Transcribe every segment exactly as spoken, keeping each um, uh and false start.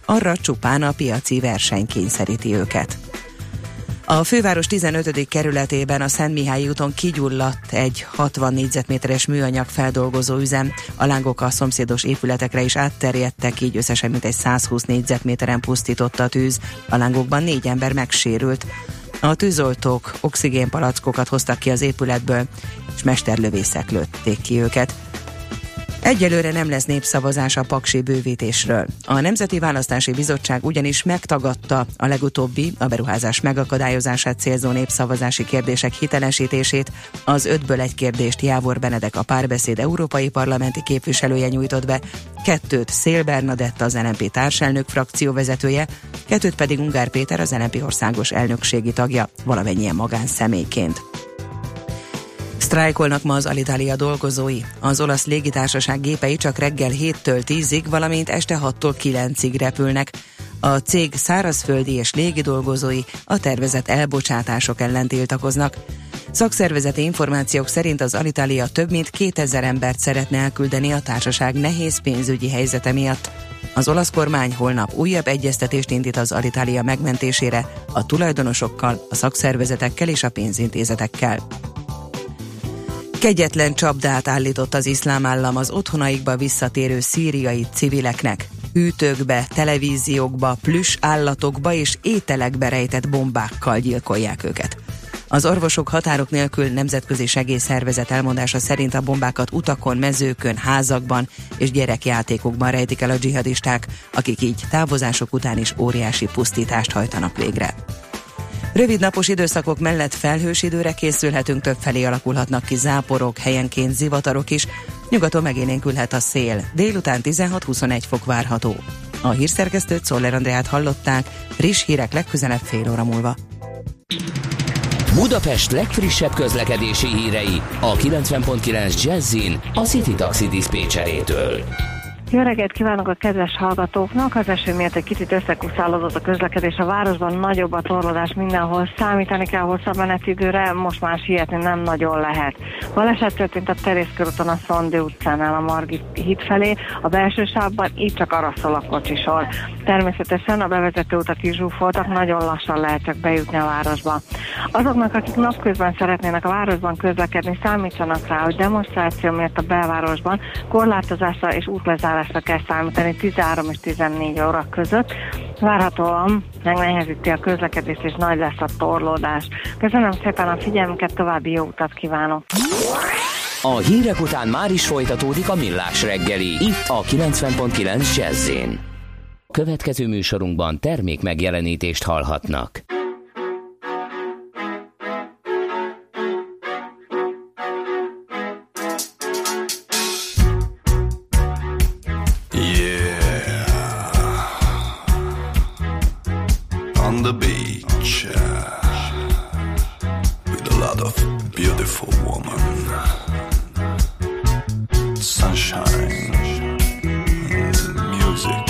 arra csupán a piaci verseny kényszeríti őket. A főváros tizenötödik kerületében a Szentmihályi úton kigyulladt egy hatvan négyzetméteres műanyag feldolgozó üzem. A lángok a szomszédos épületekre is átterjedtek, így összesen mintegy százhúsz négyzetméteren pusztította a tűz. A lángokban négy ember megsérült. A tűzoltók oxigénpalackokat hoztak ki az épületből, és mesterlövészek lőtték ki őket. Egyelőre nem lesz népszavazás a paksi bővítésről. A Nemzeti Választási Bizottság ugyanis megtagadta a legutóbbi, a beruházás megakadályozását célzó népszavazási kérdések hitelesítését. Az ötből egy kérdést Jávor Benedek, a Párbeszéd európai parlamenti képviselője nyújtott be, kettőt Szél Bernadett, az en en pé társelnök frakcióvezetője, kettőt pedig Ungár Péter, az en en pé országos elnökségi tagja, valamennyien magánszemélyként. Sztrájkolnak ma az Alitalia dolgozói. Az olasz légitársaság gépei csak reggel héttől tízig, valamint este hattól kilencig repülnek. A cég szárazföldi és légi dolgozói a tervezett elbocsátások ellen tiltakoznak. Szakszervezeti információk szerint az Alitalia több mint kétezer embert szeretne elküldeni a társaság nehéz pénzügyi helyzete miatt. Az olasz kormány holnap újabb egyeztetést indít az Alitalia megmentésére a tulajdonosokkal, a szakszervezetekkel és a pénzintézetekkel. Kegyetlen csapdát állított az iszlám állam az otthonaikba visszatérő szíriai civileknek. Hűtőkbe, televíziókba, plüss állatokba és ételekbe rejtett bombákkal gyilkolják őket. Az Orvosok Határok Nélkül nemzetközi segélyszervezet elmondása szerint a bombákat utakon, mezőkön, házakban és gyerekjátékokban rejtik el a dzsihadisták, akik így távozások után is óriási pusztítást hajtanak végre. Rövid napos időszakok mellett felhős időre készülhetünk, többfelé alakulhatnak ki záporok, helyenként zivatarok is, nyugaton megélénkülhet a szél, délután tizenhat-huszonegy fok várható. A hírszerkesztőt, Czoller Andreát hallották, friss hírek legközelebb fél óra múlva. Budapest legfrissebb közlekedési hírei a kilencven pont kilenc Jazzin a City Taxi diszpécserétől. Jó reggelt kívánok a kedves hallgatóknak! Az eső miatt egy kicsit összekuszálódott a közlekedés a városban, nagyobb a torlódás mindenhol, számítani kell hosszabb menetidőre, most már sietni nem nagyon lehet. Baleset történt a Terész körúton a Szondi utcánál a Margit híd felé, a belső sávban így csak arra szól a kocsisor. Természetesen a bevezető utak is zsúfoltak, nagyon lassan lehet csak bejutni a városba. Azoknak, akik napközben szeretnének a városban közlekedni, számítsanak rá, hogy demonstráció miatt a belvárosban korlátozásra és útlezárásra kell számítani tizenhárom és tizennégy óra között. Várhatóan megnehezíti a közlekedést és nagy lesz a torlódás. Köszönöm szépen a figyelmüket, további jó utat kívánok! A hírek után már is folytatódik a Millás reggeli, itt a kilencven pont kilenc Jazz-in. Következő műsorunkban termék megjelenítést hallhatnak. On the beach uh, with a lot of beautiful women, sunshine, music.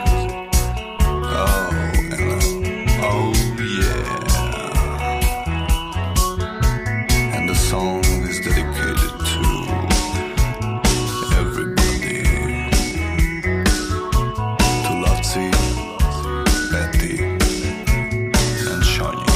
Oh, and, uh, oh yeah. And the song is dedicated to everybody, to Lottie, Betty, and Shania.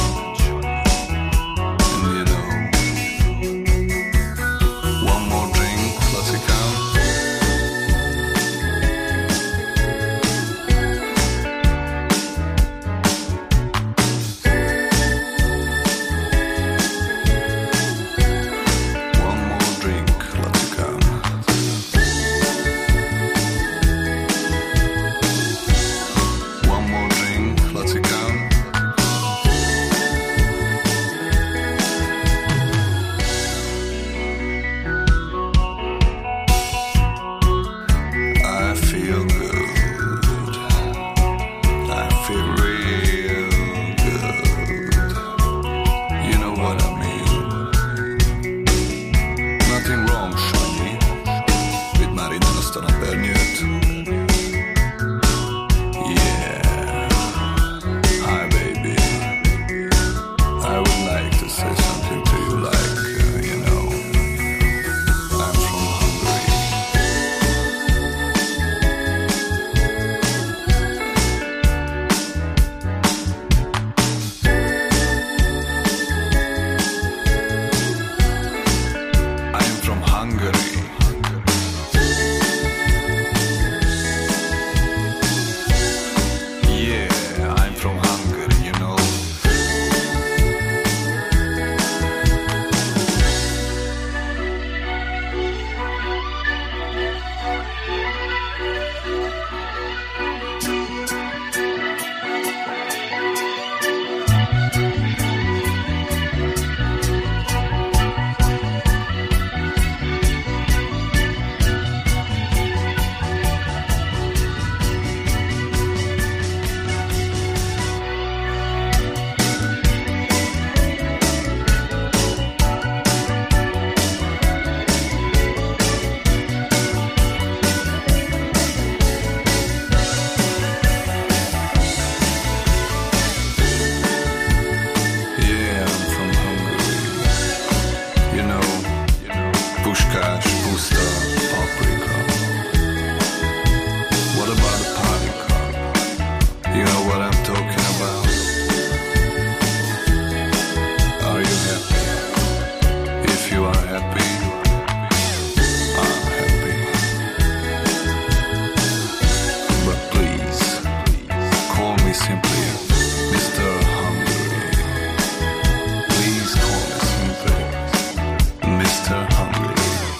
simply mister Hungry. Please call me simply mister Hungry.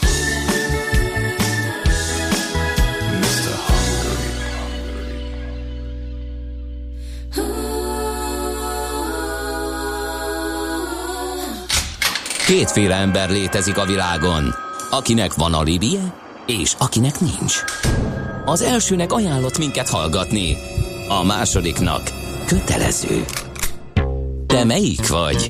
mister Hungry. Kétféle ember létezik a világon, akinek van alibije, és akinek nincs. Az elsőnek ajánlott minket hallgatni, a másodiknak kötelező. Te melyik vagy?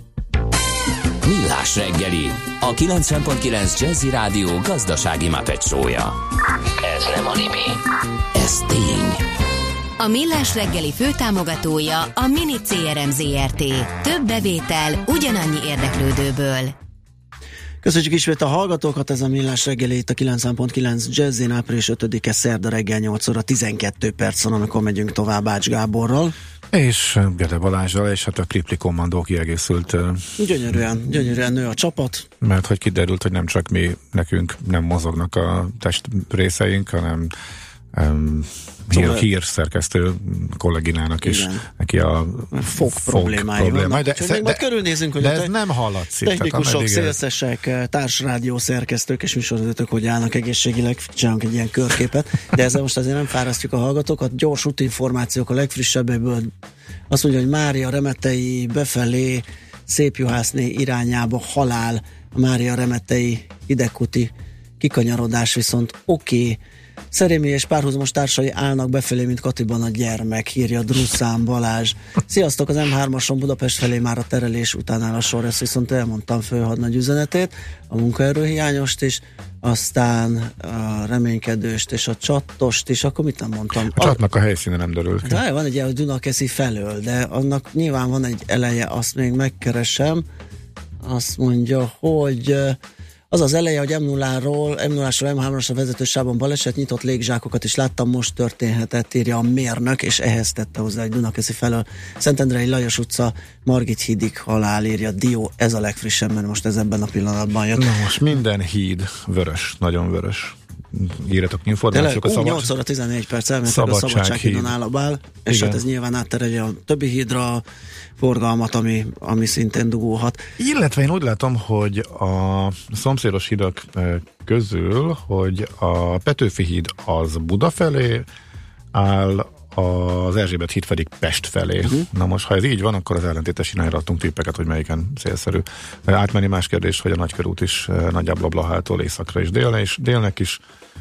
Millás reggeli, a kilencven pont kilenc Jazzy Rádió gazdasági Muppet show-ja. Ez nem anime, ez tény. A Millás reggeli főtámogatója a Mini cé er em zé er té. Több bevétel ugyanannyi érdeklődőből. Köszönjük ismét a hallgatókat, ez a Millás reggeli itt a kilencven pont kilenc Jazzin, április ötödike szerda reggel nyolc óra tizenkét percon, amikor megyünk tovább Ács Gáborral. És Gede Balázsral, és hát a Kripli kommandó kiegészült. Gyönyörűen, gyönyörűen nő a csapat. Mert hogy kiderült, hogy nem csak mi, nekünk nem mozognak a test részeink, hanem um, hír, hírszerkesztő kolléginának is, igen, neki a fog problémái problémái. vannak. De, de, de, majd körülnézünk, hogy de ez nem hallatszik. Technikusok, szélszesek, társrádió szerkesztők és műsorvezetők, hogy állnak egészségileg, csinálunk egy ilyen körképet, de ezzel most azért nem fárasztjuk a hallgatókat. Gyors útinformációk a legfrissebbekből. Azt mondja, hogy Mária Remetei befelé, Szépjuhászné irányába halál, a Mária Remetei idegkúti kikanyarodás viszont oké. Okay. Szerémi és párhuzamos társai állnak befelé, mint Katiban a gyermek, írja Druszán Balázs. Sziasztok, az em hármason Budapest felé már a terelés után áll a sor, ezt viszont elmondtam főhadnagy üzenetét, a munkaerőhiányost is, aztán a reménykedőst és a csattost is, akkor mit nem mondtam? A csatnak a helyszíne nem derült ki. De van egy ilyen, hogy Dunakeszi felől, de annak nyilván van egy eleje, azt még megkeresem, azt mondja, hogy az az eleje, hogy em nulláról, em nullásról em hármasra vezető sávon baleset, nyitott légzsákokat is láttam, most történhetett, írja a mérnök, és ehhez tette hozzá egy Dunakeszi felől. Szentendrei Lajos utca, Margit hídig halál, írja Dió, ez a legfrissebb, mert most ez ebben a pillanatban jött. Na most minden híd vörös, nagyon vörös. Írjatok információk a szabadság. nyolc óra tizennégy perc elmentek a Szabadsághídon áll a bál, és igen, hát ez nyilván átterelje a többi hídra forgalmat, ami, ami szintén dugóhat. Illetve én úgy látom, hogy a szomszédos hídak közül, hogy a Petőfi híd az Buda felé áll, az Erzsébet híd pedig Pest felé. Uh-huh. Na most, ha ez így van, akkor az ellentétes irányra adtunk tippeket, hogy melyiken célszerű átmenni. Más kérdés, hogy a Nagykörút is nagyjából a Blahától északra és délne, és délnek is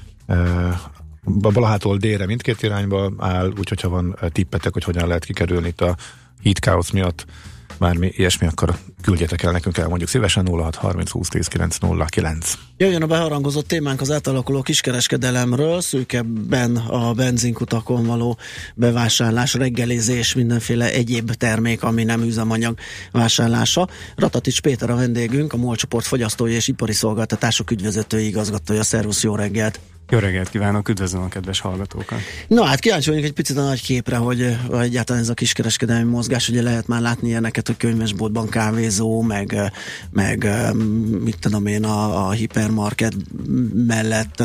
a Blahától délre mindkét irányba áll, úgyhogy ha van tippetek, hogy hogyan lehet kikerülni itt a hídkáosz miatt, bármi ilyesmi, akkor küldjetek el nekünk, elmondjuk szívesen. Nulla hat harminc húsz tíz kilenc nulla kilenc. Jöjjön a beharangozott témánk az átalakuló kiskereskedelemről, szűkebben a benzinkutakon való bevásárlás, reggelizés, mindenféle egyéb termék, ami nem üzemanyag vásárlása. Ratatics Péter a vendégünk, a MOL csoport fogyasztói és ipari szolgáltatások ügyvezetői igazgatója. Szervusz, jó reggelt! Jó reggelt kívánok, üdvözlöm a kedves hallgatókat! Na hát kíváncsi vagyunk egy picit a nagy képre, hogy egyáltalán ez a kiskereskedelmi mozgás, ugye lehet már látni ilyeneket, hogy könyvesboltban kávézó, meg, meg mit tudom én, a, a hipermarket mellett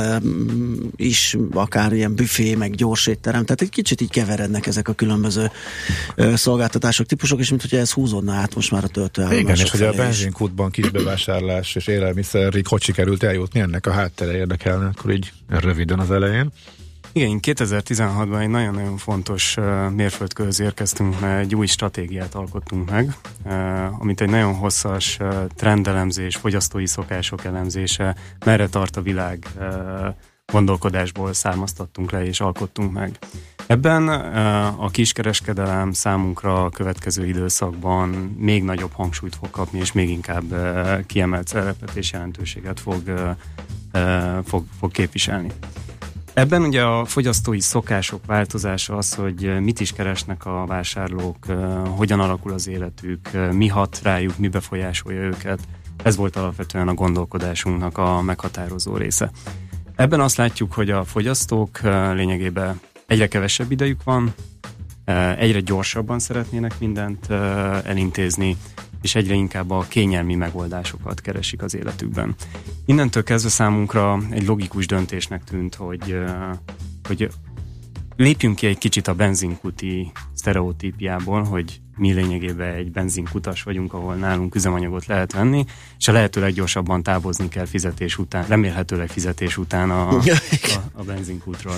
is akár ilyen büfé, meg gyors étterem, tehát egy kicsit így keverednek ezek a különböző szolgáltatások, típusok, és mint hogyha ez húzódna át most már a töltőállomások. Igen, és hogy a benzinkútban kisbevásárlás és élelmiszerig hogy sikerült eljutni, ennek a háttere érdekelne, akkor így röviden az elején. Igen, kétezer-tizenhatban egy nagyon-nagyon fontos uh, mérföldkőhöz érkeztünk, mert egy új stratégiát alkottunk meg, uh, amit egy nagyon hosszas uh, trendelemzés, fogyasztói szokások elemzése, merre tart a világ uh, gondolkodásból származtattunk le és alkottunk meg. Ebben uh, a kiskereskedelem számunkra a következő időszakban még nagyobb hangsúlyt fog kapni, és még inkább uh, kiemelt szerepet és jelentőséget fog, uh, uh, fog, fog képviselni. Ebben ugye a fogyasztói szokások változása az, hogy mit is keresnek a vásárlók, hogyan alakul az életük, mi hat rájuk, mi befolyásolja őket. Ez volt alapvetően a gondolkodásunknak a meghatározó része. Ebben azt látjuk, hogy a fogyasztók lényegében egyre kevesebb idejük van, egyre gyorsabban szeretnének mindent elintézni, és egyre inkább a kényelmi megoldásokat keresik az életükben. Innentől kezdve számunkra egy logikus döntésnek tűnt, hogy, hogy lépjünk ki egy kicsit a benzinkúti sztereotípiából, hogy mi lényegében egy benzinkutas vagyunk, ahol nálunk üzemanyagot lehet venni, és a lehető leggyorsabban távozni kell fizetés után, remélhetőleg fizetés után a, a, a benzinkútról.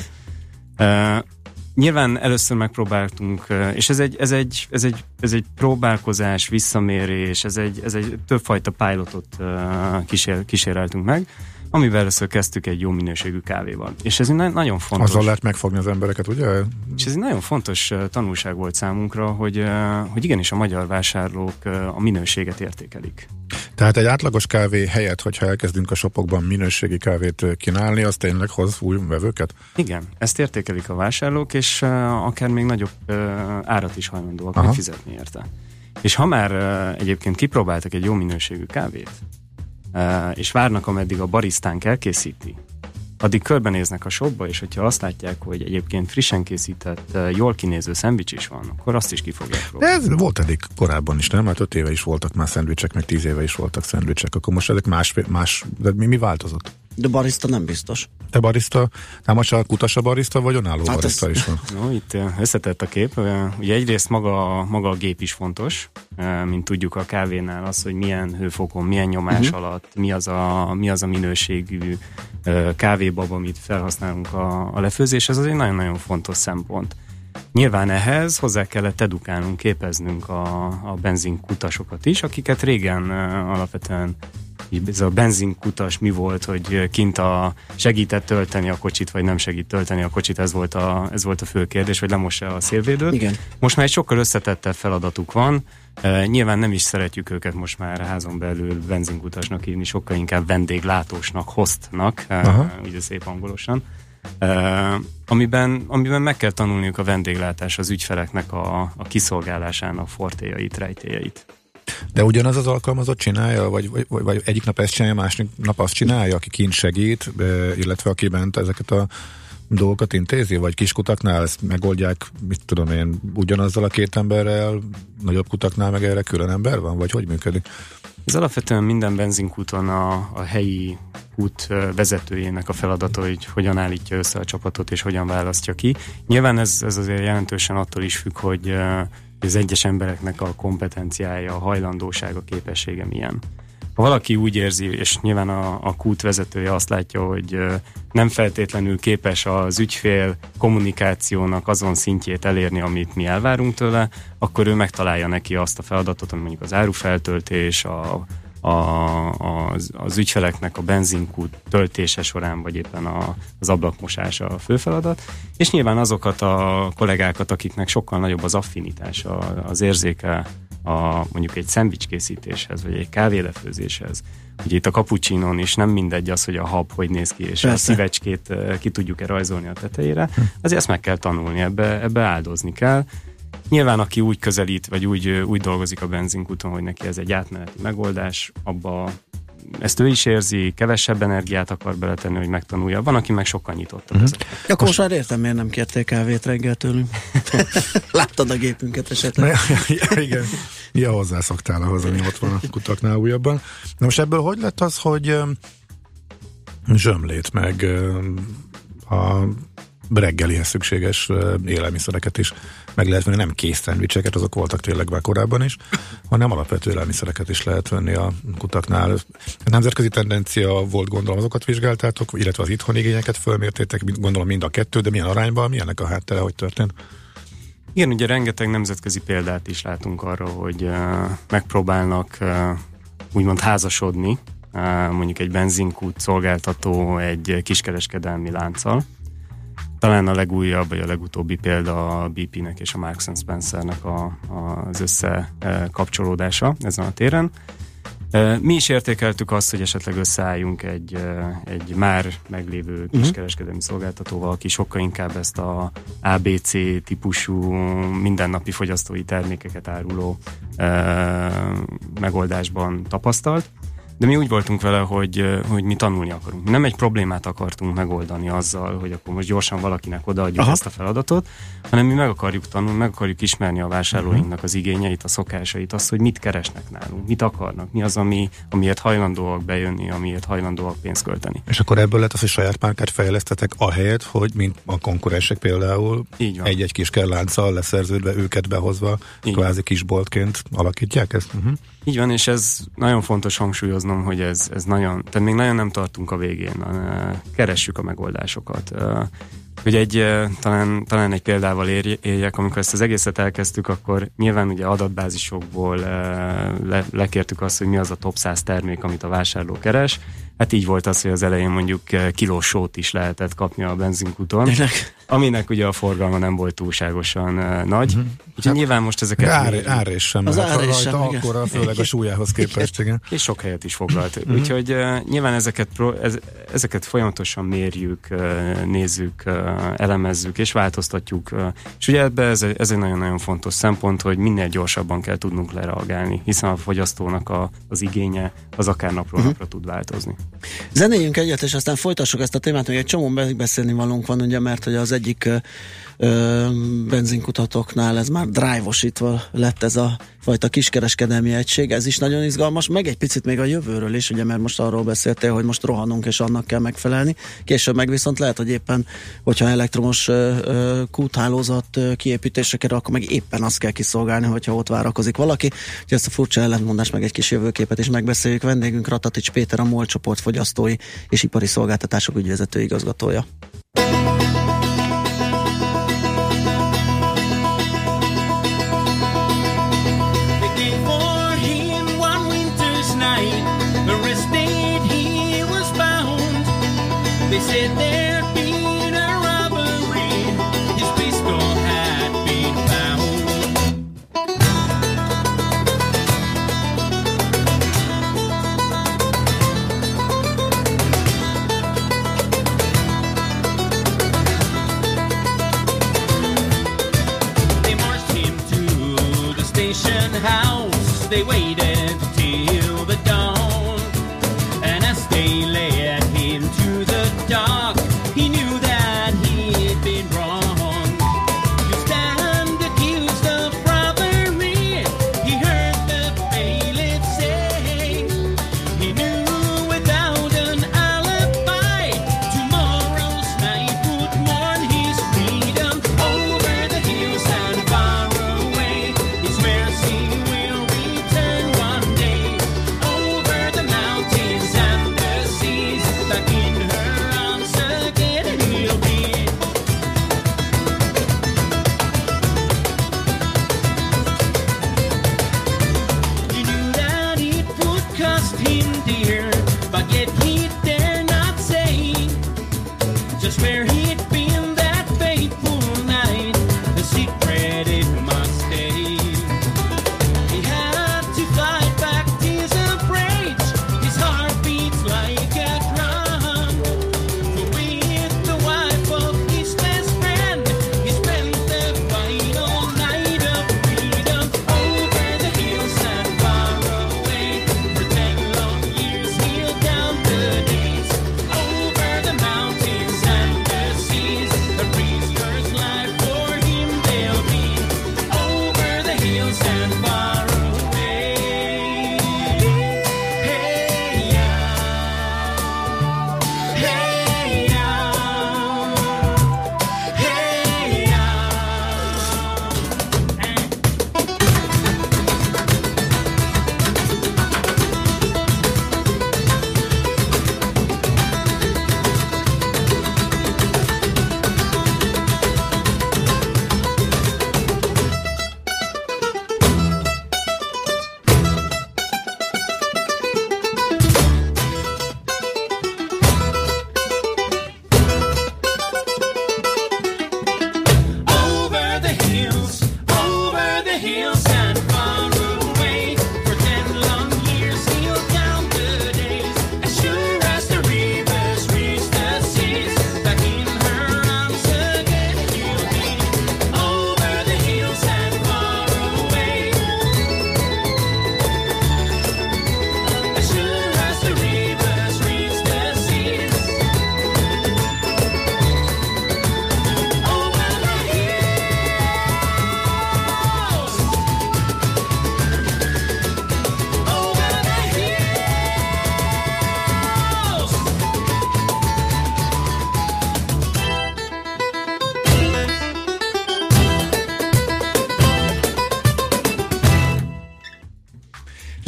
Uh, nyilván először megpróbáltunk, és ez egy, ez egy, ez egy, ez egy próbálkozás, visszamérés, ez egy, ez egy többfajta pilotot uh, kísér, kíséreltünk meg, amivel először kezdtük egy jó minőségű kávéval. És ez egy nagyon fontos... Azzal lehet megfogni az embereket, ugye? És ez egy nagyon fontos uh, tanulság volt számunkra, hogy, uh, hogy igenis a magyar vásárlók uh, a minőséget értékelik. Tehát egy átlagos kávé helyett, hogyha elkezdünk a shopokban minőségi kávét kínálni, az tényleg hoz új vevőket? Igen, ezt értékelik a vásárlók, és uh, akár még nagyobb uh, árat is hajlandóak Aha. fizetni érte. És ha már uh, egyébként kipróbáltak egy jó minőségű kávét, uh, és várnak, ameddig a barisztánk elkészíti, addig körbenéznek a shopba, és hogyha azt látják, hogy egyébként frissen készített, uh, jól kinéző szendvics is van, akkor azt is ki fogják próbálni. Ez volt eddig korábban is, nem? Hát öt éve is voltak már szendvicsek, meg tíz éve is voltak szendvicsek, akkor most ezek más, más de mi, mi változott? De barista nem biztos. Te barista, nem most a kutas a barista, vagy önálló Hát barista ez... is van? No, itt összetett a kép. Ugye egyrészt maga, maga a gép is fontos, mint tudjuk a kávénál az, hogy milyen hőfokon, milyen nyomás uh-huh. alatt, mi az, a, mi az a minőségű kávébab, amit felhasználunk a, a lefőzéshez, az egy nagyon-nagyon fontos szempont. Nyilván ehhez hozzá kellett edukálnunk, képeznünk a, a benzinkutasokat is, akiket régen alapvetően ez a benzinkutas mi volt, hogy kint a segített tölteni a kocsit, vagy nem segít tölteni a kocsit, ez volt a, ez volt a fő kérdés, vagy lemossa a szélvédőt. Igen. Most már egy sokkal összetettebb feladatuk van, e, nyilván nem is szeretjük őket most már házon belül benzinkutasnak hívni, sokkal inkább vendéglátósnak, hostnak, e, ugye szép angolosan, e, amiben, amiben meg kell tanulniuk a vendéglátás az ügyfeleknek a, a kiszolgálásának fortéjait, rejtélyeit. De ugyanaz az alkalmazott csinálja, vagy, vagy, vagy egyik nap ezt csinálja, másik nap azt csinálja, aki kint segít, illetve aki bent ezeket a dolgokat intézi, vagy kiskutaknál ezt megoldják, mit tudom én, ugyanazzal a két emberrel, nagyobb kutaknál meg erre külön ember van, vagy hogy működik? Ez alapvetően minden benzinkúton a, a helyi kút vezetőjének a feladata, hogy hogyan állítja össze a csapatot, és hogyan választja ki. Nyilván ez, ez azért jelentősen attól is függ, hogy az egyes embereknek a kompetenciája, a hajlandósága, a képessége milyen. Ha valaki úgy érzi, és nyilván a, a kút vezetője azt látja, hogy nem feltétlenül képes az ügyfél kommunikációnak azon szintjét elérni, amit mi elvárunk tőle, akkor ő megtalálja neki azt a feladatot, ami mondjuk az árufeltöltés, a, a, az, az ügyfeleknek a benzinkút töltése során, vagy éppen a, az ablakmosása a fő feladat, és nyilván azokat a kollégákat, akiknek sokkal nagyobb az affinitás, az érzéke a, mondjuk egy szendvics készítéshez, vagy egy kávélefőzéshez. Ugye itt a cappuccinon is nem mindegy az, hogy a hab hogy néz ki, és Persze. a szívecskét ki tudjuk-e rajzolni a tetejére, azért ezt meg kell tanulni, ebbe, ebbe áldozni kell. Nyilván, aki úgy közelít, vagy úgy, úgy dolgozik a benzinkúton, hogy neki ez egy átmeneti megoldás, abba ezt ő is érzi, kevesebb energiát akar beletenni, hogy megtanulja. Van, aki meg sokkal nyitottabb. Uh-huh. Akkor most már értem, miért nem kértél kávét reggel tőlünk. Láttad a gépünket esetleg. Ja, igen. Ja, hozzászoktál ahhoz, ami ott van a kutaknál újabban. Na most ebből hogy lett az, hogy um, zsömlét meg um, a reggelihez szükséges uh, élelmiszereket is meg lehet venni, nem kész szendvicseket, azok voltak tényleg már korábban is, hanem alapvető élelmiszereket is lehet venni a kutaknál. A nemzetközi tendencia volt, gondolom, azokat vizsgáltátok, illetve az itthoni igényeket fölmértétek, gondolom mind a kettő, de milyen arányban, milyennek a háttere, hogy történt? Igen, ugye rengeteg nemzetközi példát is látunk arra, hogy uh, megpróbálnak uh, úgymond házasodni, uh, mondjuk egy benzinkút szolgáltató egy kiskereskedelmi lánccal. Talán a legújabb, vagy a legutóbbi példa a bé pé-nek és a Marks and Spencernek a, a, az összekapcsolódása ezen a téren. Mi is értékeltük azt, hogy esetleg összeálljunk egy, egy már meglévő kiskereskedelmi szolgáltatóval, aki sokkal inkább ezt a á bé cé típusú mindennapi fogyasztói termékeket áruló megoldásban tapasztalt. De mi úgy voltunk vele, hogy, hogy mi tanulni akarunk. Mi nem egy problémát akartunk megoldani azzal, hogy akkor most gyorsan valakinek odaadjuk Aha. ezt a feladatot, hanem mi meg akarjuk tanulni, meg akarjuk ismerni a vásárlóinknak az igényeit, a szokásait, azt, hogy mit keresnek nálunk, mit akarnak, mi az, ami, amiért hajlandóak bejönni, amiért hajlandóak pénzt költeni. És akkor ebből lett az, hogy saját márkát fejlesztetek, ahelyett, hogy mint a konkurensek például egy-egy kis kellánccal leszerződve, őket behozva, Így kvázi van. Kisboltként alakítják ezt? Uh-huh. Így van, és ez nagyon fontos hangsúlyoznom, hogy ez, ez nagyon, tehát még nagyon nem tartunk a végén, keressük a megoldásokat. Hogy egy, talán, talán egy példával éljek, amikor ezt az egészet elkezdtük, akkor nyilván ugye adatbázisokból le, lekértük azt, hogy mi az a top száz termék, amit a vásárló keres. Hát így volt az, hogy az elején mondjuk kilós sót is lehetett kapni a benzinkúton, aminek ugye a forgalma nem volt túlságosan uh, nagy. Uh-huh. Úgyhogy hát, nyilván most ezeket... Ár, árés sem. Az árés sem, akkora, főleg a súlyához képest, igen. És sok helyet is foglalt. Uh-huh. Úgyhogy uh, nyilván ezeket, pro, ez, ezeket folyamatosan mérjük, uh, nézzük, uh, elemezzük és változtatjuk. Uh, és ugye ebbe ez, ez egy nagyon-nagyon fontos szempont, hogy minél gyorsabban kell tudnunk lereagálni, hiszen a fogyasztónak a, az igénye az akár napról uh-huh. napra tud változni. Zenéljünk egyet, és aztán folytassuk ezt a témát, hogy egy csomó beszélni valónk van, ugye, mert hogy az egyik ö, benzinkutatoknál ez már drive-osítva lett ez a fajta kiskereskedelmi egység, ez is nagyon izgalmas, meg egy picit még a jövőről is, ugye, mert most arról beszéltél, hogy most rohanunk és annak kell megfelelni, később meg viszont lehet, hogy éppen, hogyha elektromos ö, ö, kúthálózat ö, kiépítésre kerül, akkor meg éppen azt kell kiszolgálni, hogyha ott várakozik valaki, hogy ezt a furcsa ellentmondást meg egy kis jövőképet is megbeszéljük. Vendégünk Ratatics Péter, a MOL csoport fogyasztói és ipari szolgáltatások ügyvezető igazgatója. They said there'd been a robbery, his pistol had been found. They marched him to the station house, they waited till the dawn, and as they led him to the dark, he knew that he'd been wrong. To stand accused of robbery, he heard the bailiff say. He knew without an alibi, tomorrow's night would mourn his freedom. Over the hills and far away, his mercy will return one day.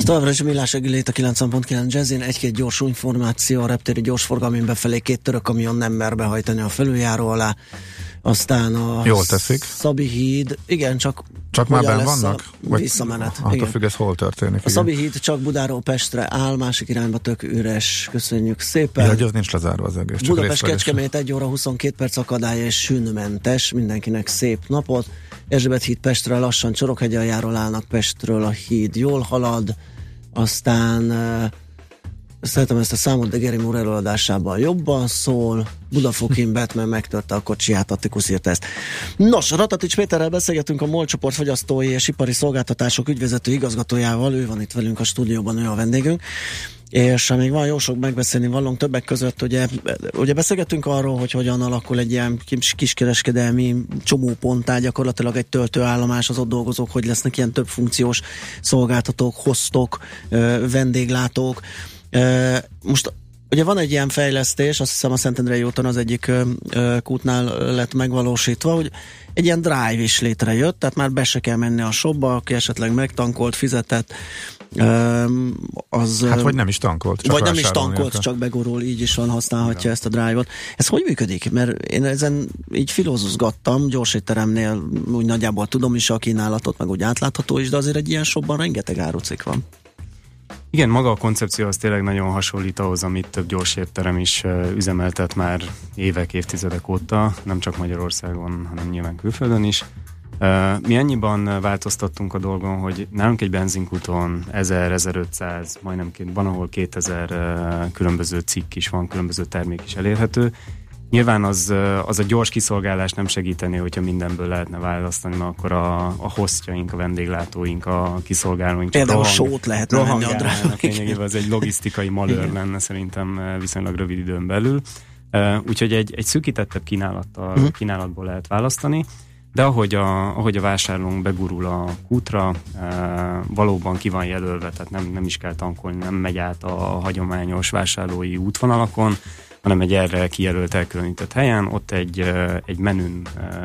Továbbra is a millás reggeli a kilencven pont kilenc Jazzin, egy-két gyors információ, a reptéri gyorsforgalmin befelé két török kamion nem mer behajtani a felüljáró alá, aztán a Jól teszik. Szabi híd, igen, csak Csak már benn vannak? Vagy visszamenet. Attól függ, ez hol történik. A Szabi híd csak Budáról Pestre áll, másik irányba tök üres, köszönjük szépen. Ja, hogy az nincs lezárva az egész. Budapest-Kecskemét egy óra huszonkettő perc akadály és sűnmentes, mindenkinek szép napot. Erzsébet híd Pestre lassan Csorokhegy-aljáról állnak, Pestről a híd jól halad, aztán uh, szeretem ezt a számot, de Geri Múr előadásában jobban szól, Budafokin Batman megtörte a kocsiját, Attikus írta ezt. Nos, Ratatics Péterrel beszélgetünk, a MOL csoport fogyasztói és ipari szolgáltatások ügyvezető igazgatójával, ő van itt velünk a stúdióban, ő a vendégünk. És még van jó sok megbeszélni valónk, többek között ugye, ugye beszélgettünk arról, hogy hogyan alakul egy ilyen kis, kiskereskedelmi csomóponttá, gyakorlatilag egy töltőállomás, az ott dolgozók, hogy lesznek ilyen több funkciós szolgáltatók, hostok, vendéglátók. Most ugye van egy ilyen fejlesztés, azt hiszem a Szentendrei úton az egyik kútnál lett megvalósítva, hogy egy ilyen drive is létrejött, tehát már be se kell menni a shopba, aki esetleg megtankolt, fizetett, az... Hát vagy nem is tankolt, csak Vagy nem is tankolt, csak begurul, így is van, használhatja igen. ezt a drive-ot. Ez hogy működik? Mert én ezen így filózusgattam, gyors étteremnél úgy nagyjából tudom is a kínálatot, meg úgy átlátható is, de azért egy ilyen shopban rengeteg árucik van. Igen, maga a koncepció az tényleg nagyon hasonlít ahhoz, amit több gyors étterem is üzemeltet már évek, évtizedek óta, nem csak Magyarországon, hanem nyilván külföldön is. Mi annyiban változtattunk a dolgon, hogy nálunk egy benzinkúton ezer-ezerötszáz, majdnem két, van ahol kétezer különböző cikk is van, különböző termék is elérhető. Nyilván az, az a gyors kiszolgálás nem segíteni, hogyha mindenből lehetne választani, mert akkor a, a hostjaink, a vendéglátóink, a kiszolgálóink csak például rohang, sót lehetne venni a drága. Lényegében az egy logisztikai malőr lenne szerintem viszonylag rövid időn belül. Úgyhogy egy, egy szűkítettebb kínálattal, uh-huh. kínálatból lehet választani, de ahogy a, ahogy a vásárlónk begurul a kútra, e, valóban ki van jelölve, tehát nem, nem is kell tankolni, nem megy át a hagyományos vásárlói útvonalakon, hanem egy erre kijelölt, elkülönített helyen, ott egy, egy menün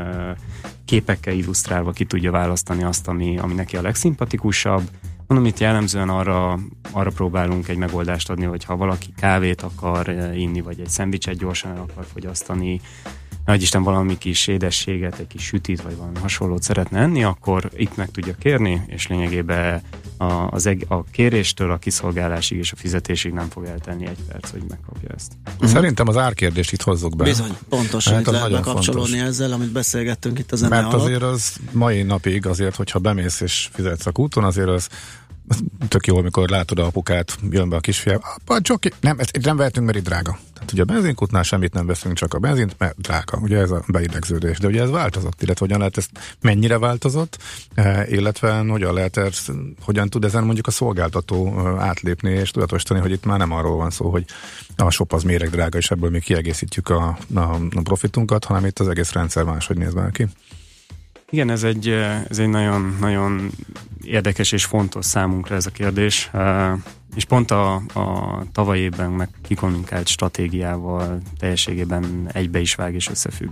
képekkel illusztrálva ki tudja választani azt, ami, ami neki a legszimpatikusabb. Mondom, itt jellemzően arra, arra próbálunk egy megoldást adni, hogy ha valaki kávét akar inni, vagy egy szendvicset gyorsan el akar fogyasztani, nagyisten valami kis édességet, egy kis sütit, vagy valami hasonlót szeretne enni, akkor itt meg tudja kérni, és lényegében a, az eg- a kéréstől a kiszolgálásig és a fizetésig nem fog eltenni egy perc, hogy megkapja ezt. Uh-huh. Szerintem az árkérdést itt hozzuk be. Bizony, pontosan, hát, itt lehet bekapcsolódni fontos. Ezzel, amit beszélgettünk itt a zene Mert alatt. azért az mai napig azért, hogyha bemész és fizetsz a kúton, azért az tök jó, amikor látod a apukát, jön be a kisfiam, apa, csoki, nem, ezt nem vehetünk, mert itt drága. Tehát ugye a benzinkútnál semmit nem veszünk, csak a benzint, mert drága. Ugye ez a beidegződés. De ugye ez változott, illetve hogyan lehet ezt, mennyire változott, eh, illetve hogyan lehet ezt, hogyan tud ezen mondjuk a szolgáltató eh, átlépni és tudatosítani, hogy itt már nem arról van szó, hogy a shop az méreg drága, és ebből mi kiegészítjük a, a, a profitunkat, hanem itt az egész rendszer máshogy néz már ki. Igen, ez egy, ez egy nagyon, nagyon érdekes és fontos számunkra ez a kérdés, és pont a, a tavaly évben meg kikommunikált stratégiával teljességében egybe is vág és összefügg.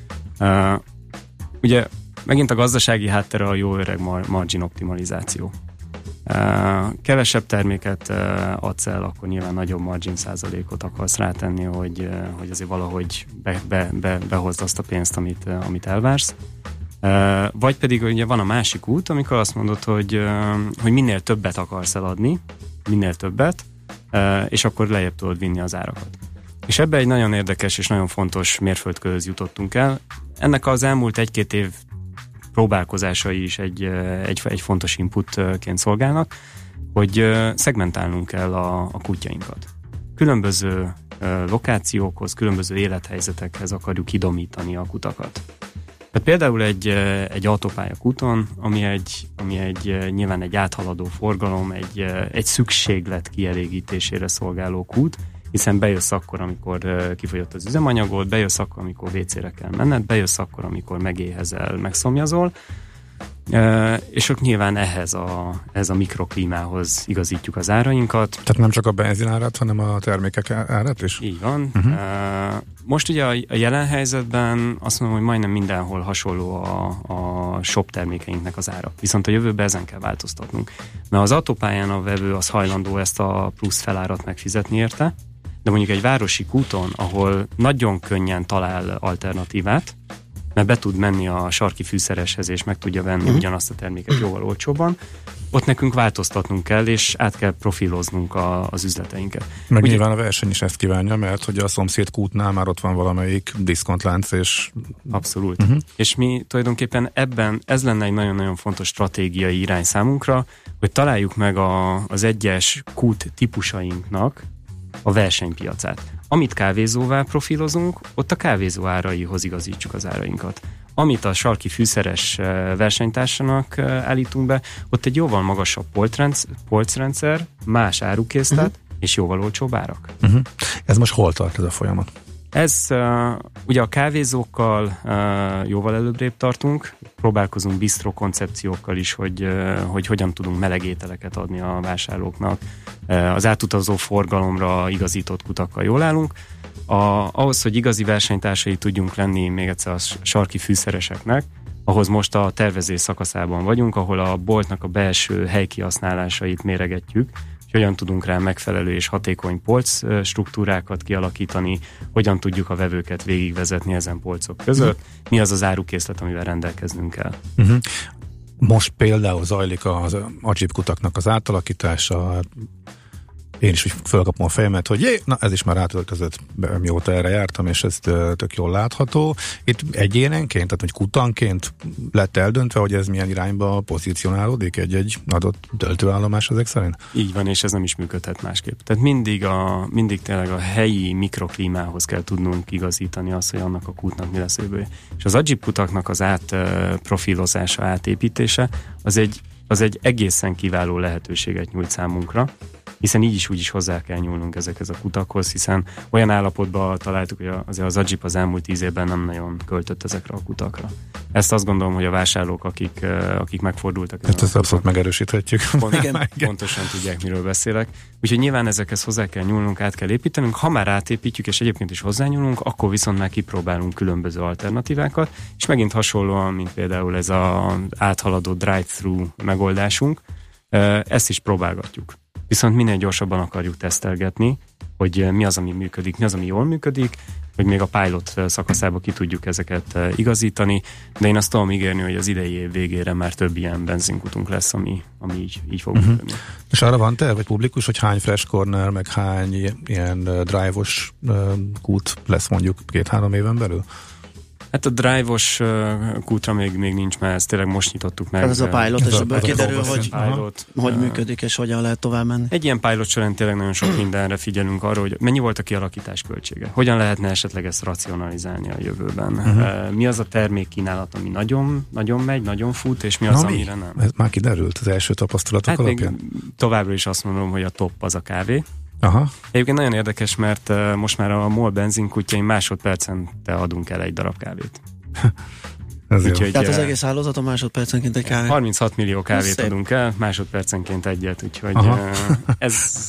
Ugye megint a gazdasági háttere a jó öreg margin optimalizáció. Kevesebb terméket adsz el, akkor nyilván nagyobb margin százalékot akarsz rátenni, hogy, hogy azért valahogy be, be, be, behozd azt a pénzt, amit, amit elvársz. Uh, vagy pedig ugye van a másik út, amikor azt mondod, hogy, uh, hogy minél többet akarsz eladni, minél többet, uh, és akkor lejjebb tudod vinni az árakat. És ebbe egy nagyon érdekes és nagyon fontos mérföldkőhöz jutottunk el. Ennek az elmúlt egy-két év próbálkozásai is egy, egy, egy fontos inputként szolgálnak, hogy uh, szegmentálnunk kell a, a kútjainkat. Különböző uh, lokációkhoz, különböző élethelyzetekhez akarjuk idomítani a kutakat. Tehát például egy, egy autópályakúton, ami egy, ami egy nyilván egy áthaladó forgalom, egy, egy szükséglet kielégítésére szolgáló kút, hiszen bejössz akkor, amikor kifogyott az üzemanyagod, bejössz akkor, amikor vécére kell menned, bejössz akkor, amikor megéhezel, megszomjazol. Uh, és ott nyilván ehhez a, ehhez a mikroklímához igazítjuk az árainkat. Tehát nem csak a benzinárát, hanem a termékek árát is? Így van. Uh-huh. Uh, most ugye a, a jelen helyzetben azt mondom, hogy majdnem mindenhol hasonló a, a shop termékeinknek az ára. Viszont a jövőben ezen kell változtatnunk. Mert az autópályán a vevő az hajlandó ezt a plusz felárat megfizetni érte, de mondjuk egy városi kúton, ahol nagyon könnyen talál alternatívát, mert be tud menni a sarki fűszereshez, és meg tudja venni uh-huh. ugyanazt a terméket jóval olcsóbban, ott nekünk változtatnunk kell, és át kell profiloznunk a, az üzleteinket. Meg ugye, nyilván a verseny is ezt kívánja, mert hogy a szomszéd kútnál már ott van valamelyik diszkontlánc, és... Abszolút. Uh-huh. És mi tulajdonképpen ebben, ez lenne egy nagyon-nagyon fontos stratégiai irány számunkra, hogy találjuk meg a, az egyes kút típusainknak a versenypiacát. Amit kávézóvá profilozunk, ott a kávézó áraihoz igazítsuk az árainkat. Amit a sarki fűszeres versenytársanak állítunk be, ott egy jóval magasabb polcrendszer, más árukészlet, uh-huh. és jóval olcsóbb árak. Uh-huh. Ez most hol tart ez a folyamat? Ez uh, ugye a kávézókkal uh, jóval előbbrébb tartunk, próbálkozunk bistró koncepciókkal is, hogy, uh, hogy hogyan tudunk meleg ételeket adni a vásárlóknak. Uh, az átutazó forgalomra igazított kutakkal jól állunk. A, ahhoz, hogy igazi versenytársai tudjunk lenni még egyszer a sarki fűszereseknek, ahhoz most a tervezés szakaszában vagyunk, ahol a boltnak a belső helykihasználásait méregetjük, hogy hogyan tudunk rá megfelelő és hatékony polc struktúrákat kialakítani, hogyan tudjuk a vevőket végigvezetni ezen polcok között, mi az az árukészlet, amivel rendelkeznünk kell. Uh-huh. Most például zajlik az Agip kutaknak az átalakítása, én is fölkapom a fejemet, hogy jé, na ez is már átöltözött, mióta erre jártam, és ez tök jól látható. Itt egyénenként, tehát hogy kutanként lett eldöntve, hogy ez milyen irányba pozícionálódik egy-egy adott töltőállomás ezek szerint? Így van, és ez nem is működhet másképp. Tehát mindig, a, mindig tényleg a helyi mikroklímához kell tudnunk igazítani azt, hogy annak a kútnak mi lesz jövője. És az Agip kutaknak az átprofilozása, átépítése, az egy, az egy egészen kiváló lehetőséget nyújt számunkra, hiszen így is úgy is hozzá kell nyúlnunk ezekhez a kutakhoz, hiszen olyan állapotban találtuk, hogy azért az Agip az elmúlt tíz évben nem nagyon költött ezekre a kutakra. Ezt azt gondolom, hogy a vásárlók, akik, akik megfordultak. Hát ezt abszolút megerősíthetjük. Pont, igen. Pontosan tudják, miről beszélek. Úgyhogy nyilván ezekhez hozzá kell nyúlnunk, át kell építenünk. Ha már átépítjük, és egyébként is hozzányúlunk, akkor viszont már kipróbálunk különböző alternatívákat, és megint hasonlóan, mint például ez az áthaladó drive-thru megoldásunk, ezt is próbálgatjuk. Viszont minél gyorsabban akarjuk tesztelgetni, hogy mi az, ami működik, mi az, ami jól működik, hogy még a pilot szakaszába ki tudjuk ezeket igazítani, de én azt tudom ígérni, hogy az idei év végére már több ilyen benzinkutunk lesz, ami, ami így, így fog uh-huh. működni. És arra van terv, vagy publikus, hogy hány fresh corner, meg hány ilyen drive-os kút lesz mondjuk két-három éven belül? Hát a drive-os uh, kútra még, még nincs, mert ezt tényleg most nyitottuk meg. Hát ez a pilot, és ebből kiderül, hogy, pilot, hogy uh, működik, és hogyan lehet tovább menni. Egy ilyen pilot során tényleg nagyon sok mindenre figyelünk arra, hogy mennyi volt a kialakítás költsége. Hogyan lehetne esetleg ezt racionalizálni a jövőben. Uh-huh. Uh, mi az a termékkínálat, ami nagyon, nagyon megy, nagyon fut, és mi az, Na, amire nem. Ez már kiderült az első tapasztalatok hát alapján? Még továbbra is azt mondom, hogy a top az a kávé. Aha. Egyébként nagyon érdekes, mert uh, most már a MOL benzinkútjain másodpercente adunk el egy darab kávét. Ez úgyhogy, Tehát az egész hálózaton másodpercenként egy kávét. harminchat millió kávét adunk el, másodpercenként egyet, úgyhogy uh, ez,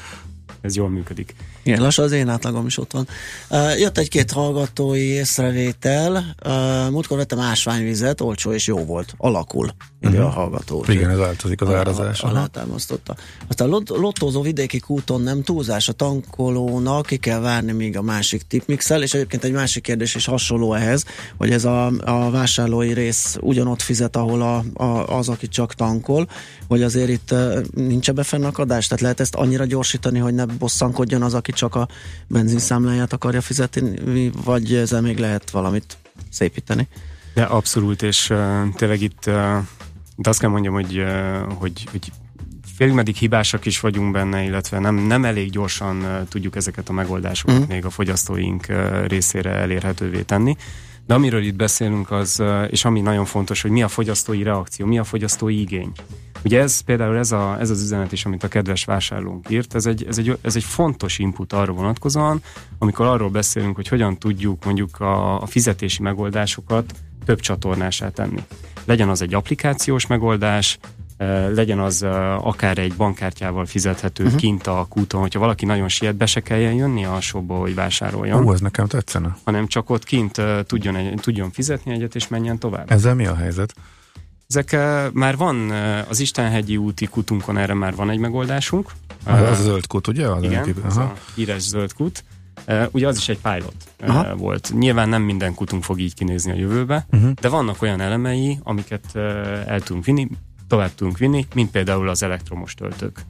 ez jól működik. Igen, lassan az én átlagom is ott van. Uh, jött egy-két hallgatói észrevétel. Uh, múltkor vettem ásványvizet, olcsó és jó volt. Alakul, ide uh-huh. a hallgató. Igen, ez változik az árazás. Alátámasztotta. Aztán lot, lottózó vidéki kúton nem túlzás a tankolónak, ki kell várni, míg a másik tipmixel, és egyébként egy másik kérdés is hasonló ehhez, hogy ez a, a vásárlói rész ugyanott fizet, ahol a, a, az, aki csak tankol, hogy azért itt uh, nincs ebbe fennakadás, tehát lehet ezt annyira gyorsítani, hogy ne bosszankodjon az, aki csak a benzinszámláját akarja fizetni, vagy ezzel még lehet valamit szépíteni? De abszolút, és uh, tényleg itt uh, de azt kell mondjam, hogy, uh, hogy, hogy félig meddig hibásak is vagyunk benne, illetve nem, nem elég gyorsan uh, tudjuk ezeket a megoldásokat uh-huh. még a fogyasztóink uh, részére elérhetővé tenni. De amiről itt beszélünk az, uh, és ami nagyon fontos, hogy mi a fogyasztói reakció, mi a fogyasztói igény. Ugye ez például ez, a, ez az üzenet is, amit a kedves vásárlónk írt, ez egy, ez, egy, ez egy fontos input arra vonatkozóan, amikor arról beszélünk, hogy hogyan tudjuk mondjuk a, a fizetési megoldásokat több csatornásá tenni. legyen az egy applikációs megoldás, legyen az akár egy bankkártyával fizethető uh-huh. kint a kúton, hogyha valaki nagyon siet, be se kelljen jönni a shopba, hogy vásároljon. Ó, ez nekem tetszene. Hanem csak ott kint tudjon, egy, tudjon fizetni egyet, és menjen tovább. Ezzel mi a helyzet? Ezek már van, az Istenhegyi úti kutunkon erre már van egy megoldásunk. Az a zöld kút, ugye? Az igen, az a híres zöld kút. Ugye az is egy pilot Aha. volt. Nyilván nem minden kutunk fog így kinézni a jövőbe, uh-huh. de vannak olyan elemei, amiket el tudunk vinni, tovább tudunk vinni, mint például az elektromos töltők.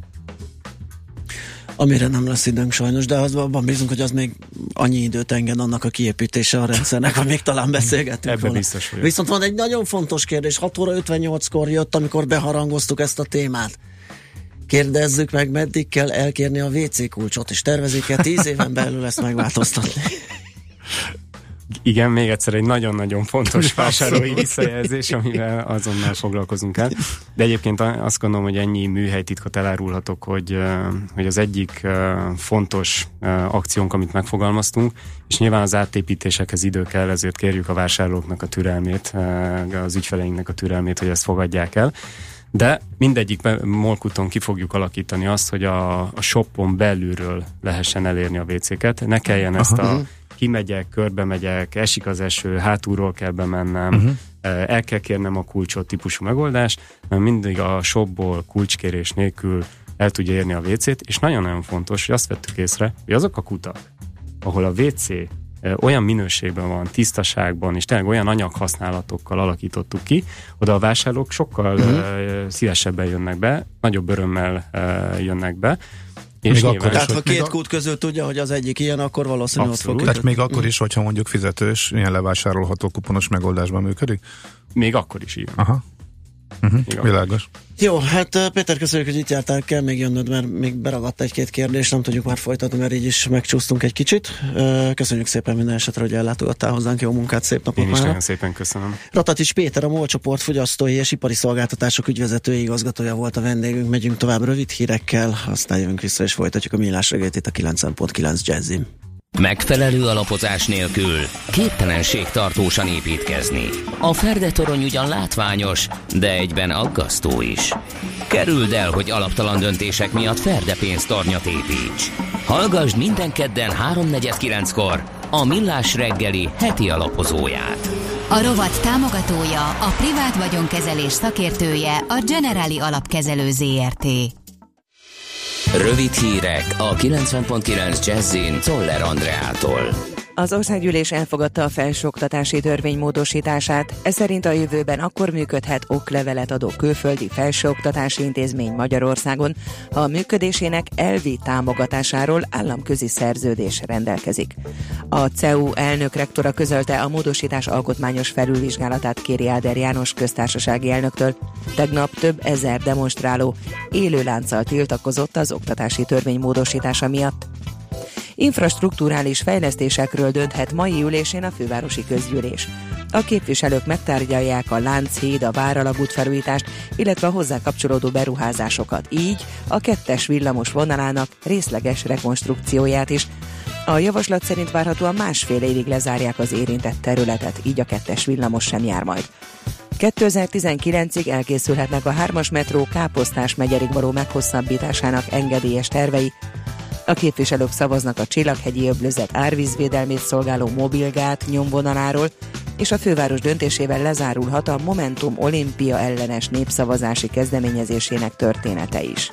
Amire nem lesz időnk sajnos, de az, abban bízunk, hogy az még annyi időt enged annak a kiépítése a rendszernek, hogy még talán beszélgetünk Ebben biztos vagyok. Viszont van egy nagyon fontos kérdés, hat óra ötvennyolckor jött, amikor beharangoztuk ezt a témát. Kérdezzük meg, meddig kell elkérni a vé cé kulcsot, és tervezik-e tíz éven belül ezt megváltoztatni? Igen, még egyszer egy nagyon-nagyon fontos vásárlói visszajelzés, amivel azonnal foglalkozunk el. De egyébként azt gondolom, hogy ennyi műhelytitkot elárulhatok, hogy, hogy az egyik fontos akciónk, amit megfogalmaztunk, és nyilván az átépítésekhez idő kell, ezért kérjük a vásárlóknak a türelmét, az ügyfeleinknek a türelmét, hogy ezt fogadják el. De mindegyik molkuton ki fogjuk alakítani azt, hogy a, a shopon belülről lehessen elérni a vé céket. Ne kelljen ezt a kimegyek, körbe megyek, esik az eső, hátulról kell bemennem, uh-huh. el kell kérnem a kulcsot típusú megoldás, mert mindig a shopból kulcskérés nélkül el tudja érni a vé cét, és nagyon-nagyon fontos, hogy azt vettük észre, hogy azok a kutak, ahol a vé cé olyan minőségben van, tisztaságban, és tényleg olyan anyaghasználatokkal alakítottuk ki, oda a vásárlók sokkal uh-huh. szívesebben jönnek be, nagyobb örömmel jönnek be. És akkor, tehát ha két kút közül tudja, hogy az egyik ilyen, akkor valószínűleg ott fog. Tehát még akkor is, hogyha mondjuk fizetős, ilyen levásárolható kuponos megoldásban működik? Még akkor is ilyen. Aha. Uh-huh, világos. Jó, hát Péter, köszönjük, hogy itt jártál, kell még jönnöd, mert még beragadt egy-két kérdés, nem tudjuk már folytatni, mert így is megcsúsztunk egy kicsit. Köszönjük szépen minden esetre, hogy ellátogattál hozzánk, jó munkát, szép napot. Én is nagyon szépen köszönöm. Ratatics Péter, a MOL csoport fogyasztói és ipari szolgáltatások ügyvezetői igazgatója volt a vendégünk, megyünk tovább rövid hírekkel, aztán jövünk vissza és folytatjuk a Millás reggelt itt a kilencven pont kilenc Jazzin. Megfelelő alapozás nélkül képtelenség tartósan építkezni. A Ferdetorony ugyan látványos, de egyben aggasztó is. Kerüld el, hogy alaptalan döntések miatt Ferde pénztornyot építs. Hallgasd minden kedden háromnegyed kilenckor a Millás reggeli heti alapozóját. A rovat támogatója, a privát vagyonkezelés szakértője, a Generali Alapkezelő zé er té. Rövid hírek a kilencven pont kilenc Jazzin Czoller Andreától. Az országgyűlés elfogadta a felsőoktatási törvény módosítását, ez szerint a jövőben akkor működhet oklevelet adó külföldi felsőoktatási intézmény Magyarországon, ha a működésének elvi támogatásáról államközi szerződés rendelkezik. A cé e u elnök rektora közölte, a módosítás alkotmányos felülvizsgálatát kéri Áder János köztársasági elnöktől. Tegnap több ezer demonstráló élő lánccal tiltakozott az oktatási törvény módosítása miatt. Infrastrukturális fejlesztésekről dönthet mai ülésén a fővárosi közgyűlés. A képviselők megtárgyalják a Lánchíd, a Váralagút felújítást, illetve a hozzá kapcsolódó beruházásokat, így a kettes villamos vonalának részleges rekonstrukcióját is. A javaslat szerint várhatóan másfél évig lezárják az érintett területet, így a kettes villamos sem jár majd. kétezer-tizenkilencig elkészülhetnek a hármas metró Káposztás megyerig való meghosszabbításának engedélyes tervei. A képviselők szavaznak a Csillaghegyi öblözet árvízvédelmét szolgáló mobilgát nyomvonaláról, és a főváros döntésével lezárulhat a Momentum olimpia ellenes népszavazási kezdeményezésének története is.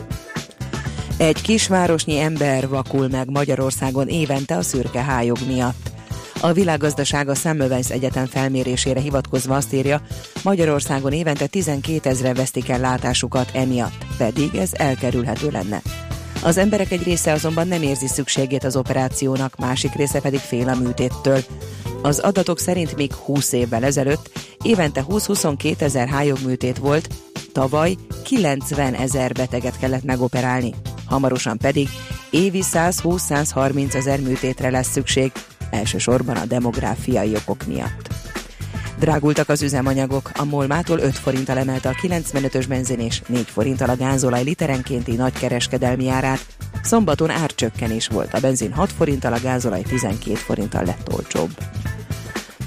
Egy kisvárosnyi ember vakul meg Magyarországon évente a szürke hályog miatt. A Világgazdaság a Semmelweis Egyetem felmérésére hivatkozva azt írja, Magyarországon évente tizenkétezren vesztik el látásukat emiatt, pedig ez elkerülhető lenne. Az emberek egy része azonban nem érzi szükségét az operációnak, másik része pedig fél a műtéttől. Az adatok szerint még húsz évvel ezelőtt évente húsz-huszonkettő ezer hályogműtét volt, tavaly kilencven ezer beteget kellett megoperálni. Hamarosan pedig évi százhúsz-százharminc ezer műtétre lesz szükség, elsősorban a demográfiai okok miatt. Drágultak az üzemanyagok, a MOL mától öt forinttal emelte a kilencvenötös benzin és négy forinttal a gázolaj literenkénti nagykereskedelmi árát. Szombaton árcsökkenés volt, a benzin hat forinttal, a gázolaj tizenkét forinttal lett olcsóbb.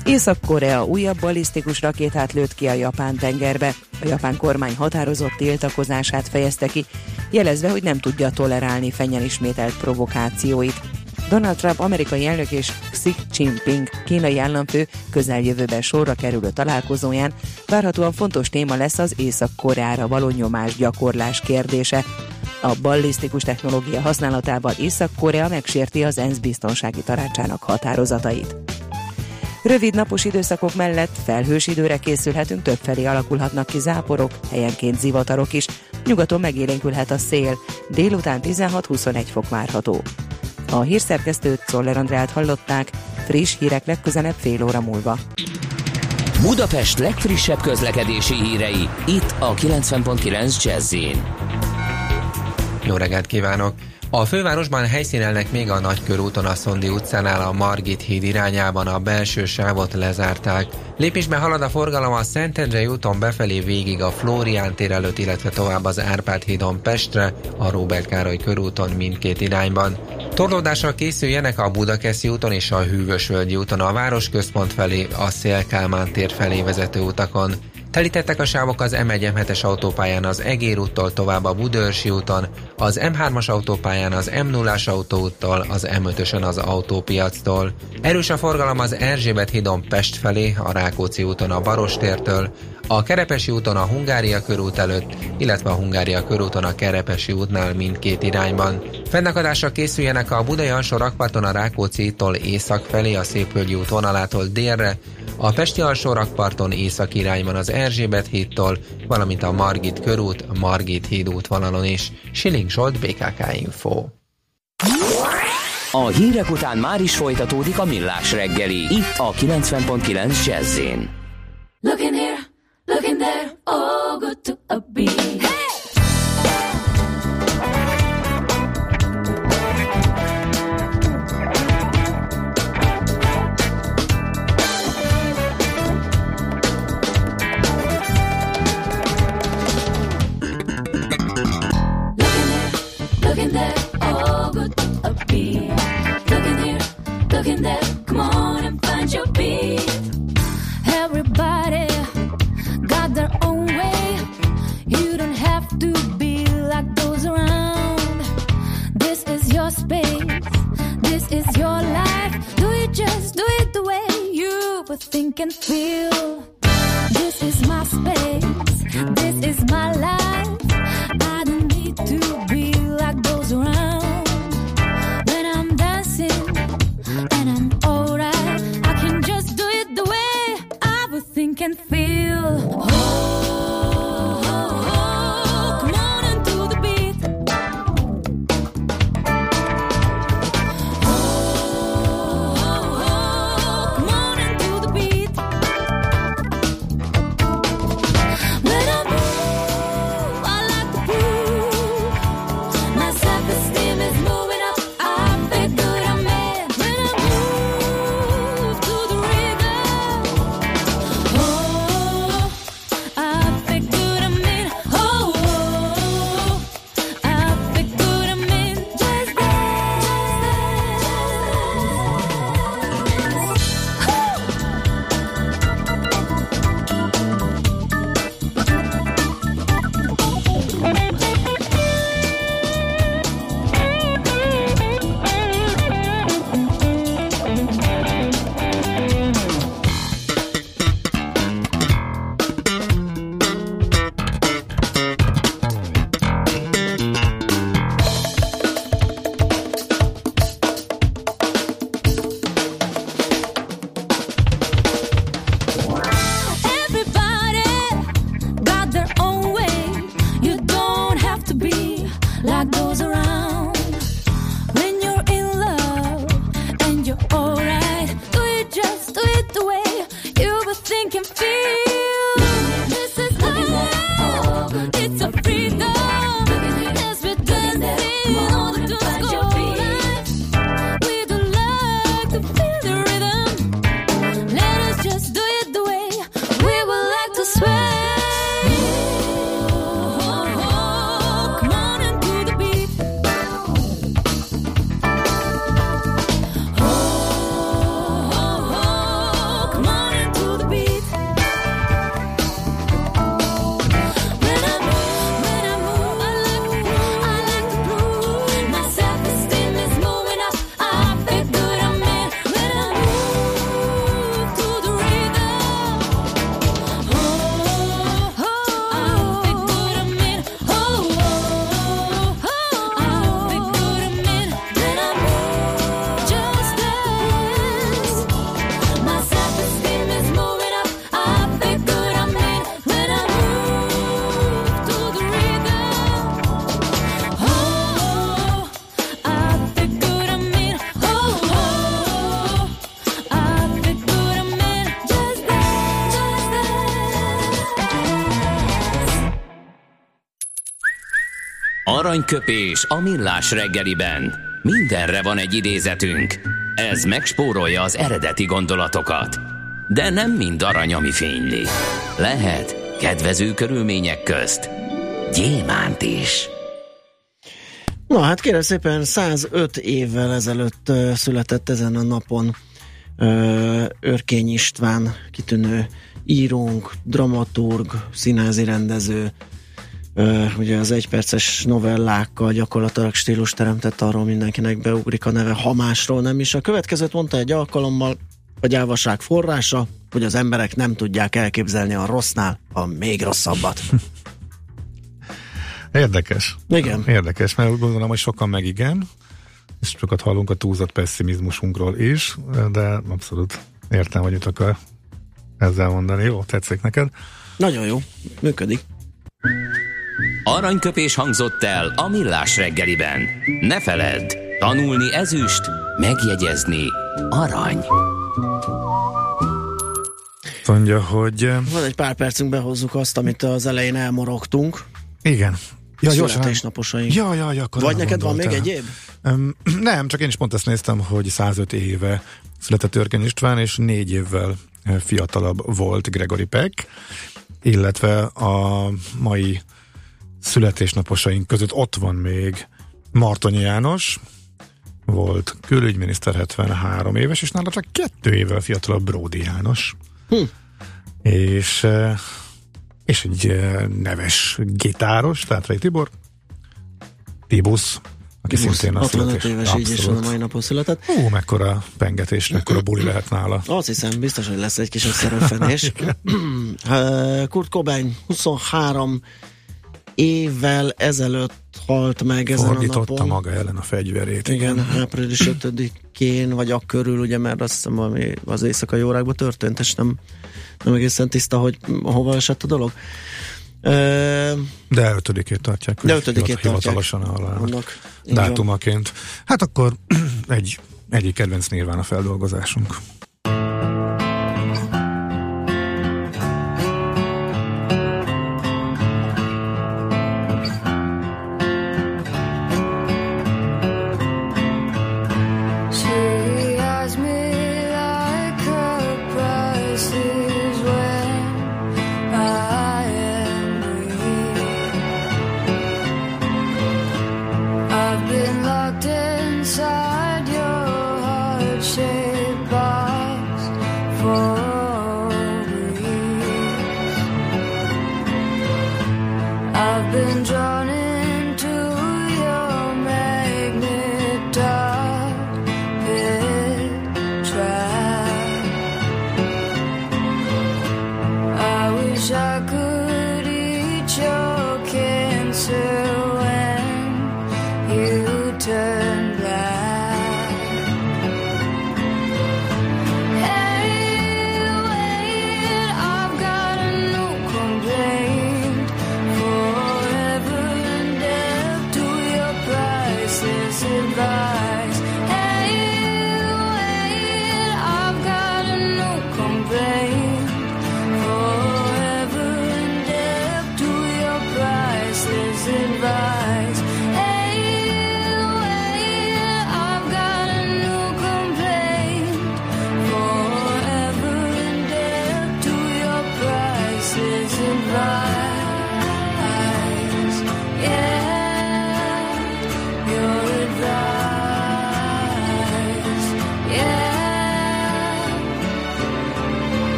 Észak-Korea újabb ballisztikus rakétát lőtt ki a japán tengerbe. A japán kormány határozott tiltakozását fejezte ki, jelezve, hogy nem tudja tolerálni Fennyel ismételt provokációit. Donald Trump amerikai elnök és Xi Jinping kínai államfő közeljövőben sorra kerülő találkozóján várhatóan fontos téma lesz az Észak-Koreára való nyomásgyakorlás kérdése. A ballisztikus technológia használatával Észak-Korea megsérti az ENSZ biztonsági tanácsának határozatait. Rövid napos időszakok mellett felhős időre készülhetünk, többfelé alakulhatnak ki záporok, helyenként zivatarok is, nyugaton megélénkülhet a szél, délután tizenhat-huszonegy fok várható. A hírszerkesztőt, Czoller Andrát hallották, friss hírek legközelebb fél óra múlva. Budapest legfrissebb közlekedési hírei, itt a kilencven pont kilenc Jazz-in. Jó reggelt kívánok! A fővárosban helyszínelnek még a Nagykörúton a Szondi utcánál a Margit híd irányában, a belső sávot lezárták. Lépésben halad a forgalom a Szentendrei úton befelé végig a Flórián tér előtt, illetve tovább az Árpád hídon Pestre, a Róbert Károly körúton mindkét irányban. Torlódásra készüljenek a Budakeszi úton és a Hűvösvölgyi úton a városközpont felé, a Széll Kálmán tér felé vezető utakon. Telítettek a sávok az M egy M hetes autópályán az Egér úttól tovább a Budaörsi úton, az M hármas autópályán az M nullás autóúttól, az M ötösön az Autópiactól. Erős a forgalom az Erzsébet hídon Pest felé, a Rákóczi úton a Barostértől, a Kerepesi úton a Hungária körút előtt, illetve a Hungária körúton a Kerepesi útnál mindkét irányban. Fennakadásra készüljenek a Budai alsó rakparton a Rákóczi-tól észak felé, a Széphölgyi út vonalától délre, a Pesti alsó rakparton észak irányban az Erzsébet hídtól, valamint a Margit körút, Margit híd útvonalon is. Schilling Zsolt, bé ká ká Info. A hírek után már is folytatódik a Millás reggeli, itt a kilencven pont kilenc Jazz-in. Looking here, looking there, all good to a beat. Hey! Looking there, all good to a beat. Looking here, looking there, come on and find your beat. Everybody got their own way. You don't have to be like those around. This is your space, this is your life. Do it just, do it the way you would think and feel. This is my space, this is my life. I don't need to be like those around. When I'm dancing and I'm alright, I can just do it the way I would think and feel. Oh, oh, oh, come on and do the beat. Oh, oh, oh, come on and do the beat. When I move, I like to prove my self-esteem is moving up. I feel good, I'm in. When I move to the rhythm, oh, I feel good, I'm in. Oh, I feel good, I'm in. Just everybody got their own way. You don't have to be like those around. When you're in love and you're alright, do it just, do it the way you would think and feel. This is life, it's a freedom. As we're dancing on the disco light, we do like to feel the rhythm. Let us just do it the way we would like to sway. Oh, come on and do the beat. Aranyköpés a millás reggeliben. Mindenre van egy idézetünk. Ez megspórolja az eredeti gondolatokat. De nem mind arany, ami fényli. Lehet kedvező körülmények közt gyémánt is. Na hát kérem szépen, százöt évvel ezelőtt uh, született ezen a napon uh, Örkény István, kitűnő írónk, dramaturg, színházi rendező, uh, ugye az egyperces novellákkal gyakorlatilag stílus teremtett, arról mindenkinek beugrik a neve, ha másról nem is. A következőt mondta egy alkalommal, a gyávaság forrása, hogy az emberek nem tudják elképzelni a rossznál a még rosszabbat. Érdekes. Igen. Érdekes, mert úgy gondolom, hogy sokan meg igen, és sokat hallunk a túlzott pessimizmusunkról is, de abszolút értem, hogy mit akar ezzel mondani. Jó, tetszik neked? Nagyon jó, működik. Aranyköpés hangzott el a millás reggeliben. Ne feledd, tanulni ezüst, megjegyezni arany. Mondja, hogy... Van egy pár percünk, behozzuk azt, amit az elején elmorogtunk. Igen. Ja, születésnaposaink. Ja, ja, ja, vagy neked van még egyéb? Um, nem, csak én is pont ezt néztem, hogy százöt éve született Örkény István, és négy évvel fiatalabb volt Gregory Peck, illetve a mai születésnaposaink között ott van még Martonyi János, volt külügyminiszter, hetvenhárom éves, és nála csak kettő évvel fiatalabb Bródi János. Hm. És... és egy neves gitáros, Tátrai Tibor, Tibusz, aki Tibusz, szintén a hatvanöt éves, így is a mai napon született. Hú, mekkora pengetés, mekkora buli lehet nála. Azt hiszem, biztos, hogy lesz egy kis összeröffenés. Kurt Cobain huszonhárom évvel ezelőtt halt meg ezen a napon. Fordította maga ellen a fegyverét. Igen, április ötödikén, vagy akkörül, ugye, mert azt hiszem, valami az éjszakai órákban történt, és nem, nem egészen tiszta, hogy hova esett a dolog. De ötödikét tartják. De ötödikét hivatalosan a dátumaként. Hát akkor egy, egyik kedvenc Nirvana feldolgozásunk.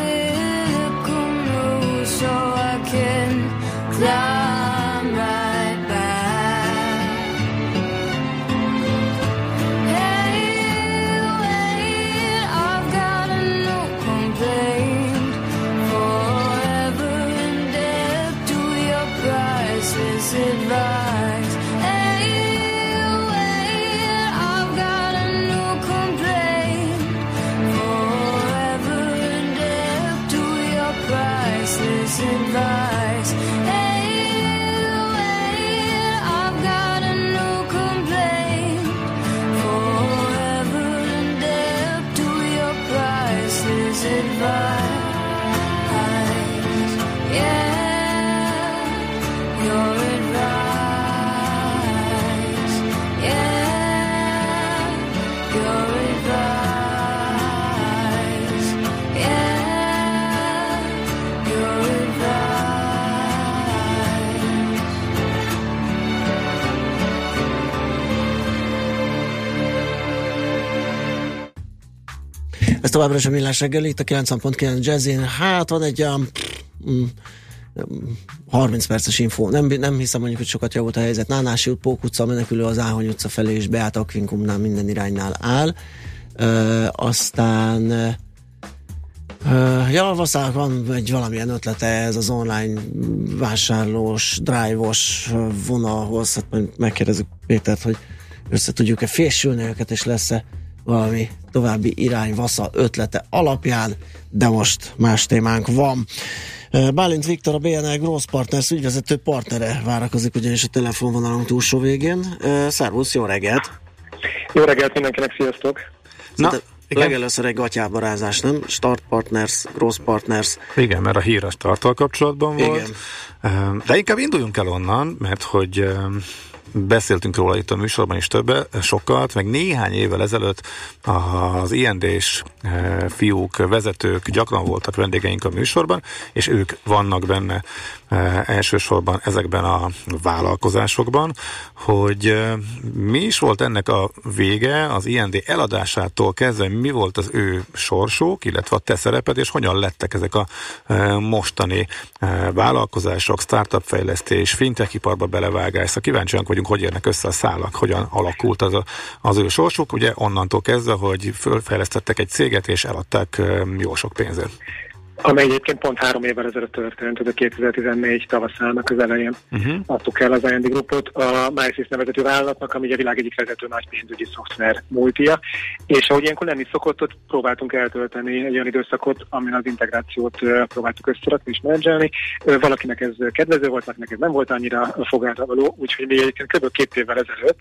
Climb right advice. Hey, wait, I've got a new complaint. Forever indebted to your priceless advice. Yeah, your advice. Yeah, your advice. Yeah, your Ez továbbra is a Millás reggeli, itt a kilencven pont kilenc Jazzin. Hát van egy um, mm, harminc perces info. Nem, nem hiszem mondjuk, hogy sokat javult a helyzet. Nánási út, Pók utca, menekülő az Áhony utca felé és Beát Akvinkumnál minden iránynál áll. Uh, aztán uh, ja, Vaszának van egy valamilyen ötlete, ez az online vásárlós, drive-os vonalhoz. Hát majd megkérdezzük Pétert, hogy össze tudjuk-e fésülni őket, és lesz-e valami további irány Vasza ötlete alapján, de most más témánk van. Bálint Viktor, a bé en el Growth Partners ügyvezető partnere várakozik ugyanis a telefonvonalunk túlsó végén. Szervusz, jó reggelt! Jó reggelt mindenkinek, sziasztok! Na, legelőször egy gatyábarázás, nem? Start Partners, Growth Partners. Igen, mert a hír a Starttal kapcsolatban volt. Igen. De inkább induljunk el onnan, mert hogy beszéltünk róla itt a műsorban is többet, sokat, meg néhány évvel ezelőtt az i en dés fiúk, vezetők gyakran voltak vendégeink a műsorban, és ők vannak benne elsősorban ezekben a vállalkozásokban, hogy mi is volt ennek a vége, az i en dé eladásától kezdve mi volt az ő sorsuk, illetve a te szereped, és hogyan lettek ezek a mostani vállalkozások, startup fejlesztés, fintech iparba belevágás. Szóval kíváncsiak vagyunk, hogy érnek össze a szálak, hogyan alakult az, a, az ő sorsuk, ugye onnantól kezdve, hogy fölfejlesztettek egy céget, és eladták jó sok pénzért. Amely egyébként pont három évvel ezelőtt történt, ez a kétezer-tizennégy tavaszának az elején uh-huh. adtuk el az i en dé Groupot a MySys nevezetű vállalatnak, ami a világ egyik vezető nagy pénzügyi szoftver multia, és ahogy ilyenkor lenni szokott, ott próbáltunk eltölteni egy olyan időszakot, amin az integrációt próbáltuk összerakni és menedzselni. Valakinek ez kedvező volt, valakinek ez nem volt annyira fogáltavaló, úgyhogy még egyébként kb. két évvel ezelőtt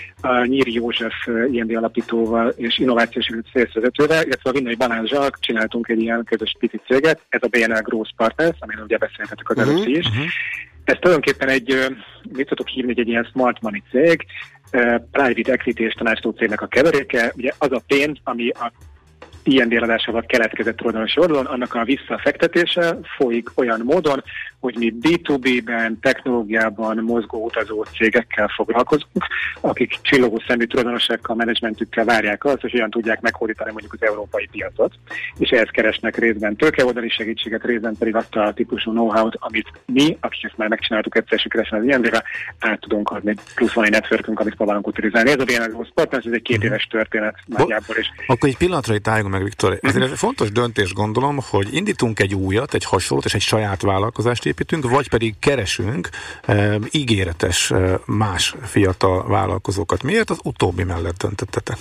a Nyíri József i en dé alapítóval és innovációs szélszvezetővel, illetve a Vinnai Balázsral csináltunk egy ilyen közös pici céget, ez a bé en el Growth Partners, amiről ugye beszélhetünk az uh-huh, előtt is. Uh-huh. Ez tulajdonképpen egy, mit tudok hívni, egy ilyen smart money cég, uh, private equity és tanácsadó cégnek a keveréke. Ugye az a pénz, ami a i en dé eladásával keletkezett tulajdonosi oldalon, annak a visszafektetése folyik olyan módon, hogy mi bé kettő bé-ben, technológiában mozgó utazó cégekkel foglalkozunk, akik csillogó szemű tulajdonosokkal, menedzsmentükkel várják azt, hogy olyan tudják meghódítani mondjuk az európai piacot, és ehhez keresnek részben tőkeoldali segítséget, részben pedig azt a típusú know-how-t, amit mi, akik ezt már megcsináltuk egyszer sikeresen az i en dé-re, át tudunk adni. Plusz van egy networkünk, amit próbálunk utilizálni. Ez a bé en el Growth Partners, ez egy két éves történet nagyjából is. Akkor egy pillanatra itt álljunk meg, Viktor. Ezért egy fontos döntés, gondolom, hogy indítunk egy újat, egy hasonlót, és egy saját vállalkozást építünk, vagy pedig keresünk e, ígéretes e, más fiatal vállalkozókat. Miért az utóbbi mellett döntöttetek?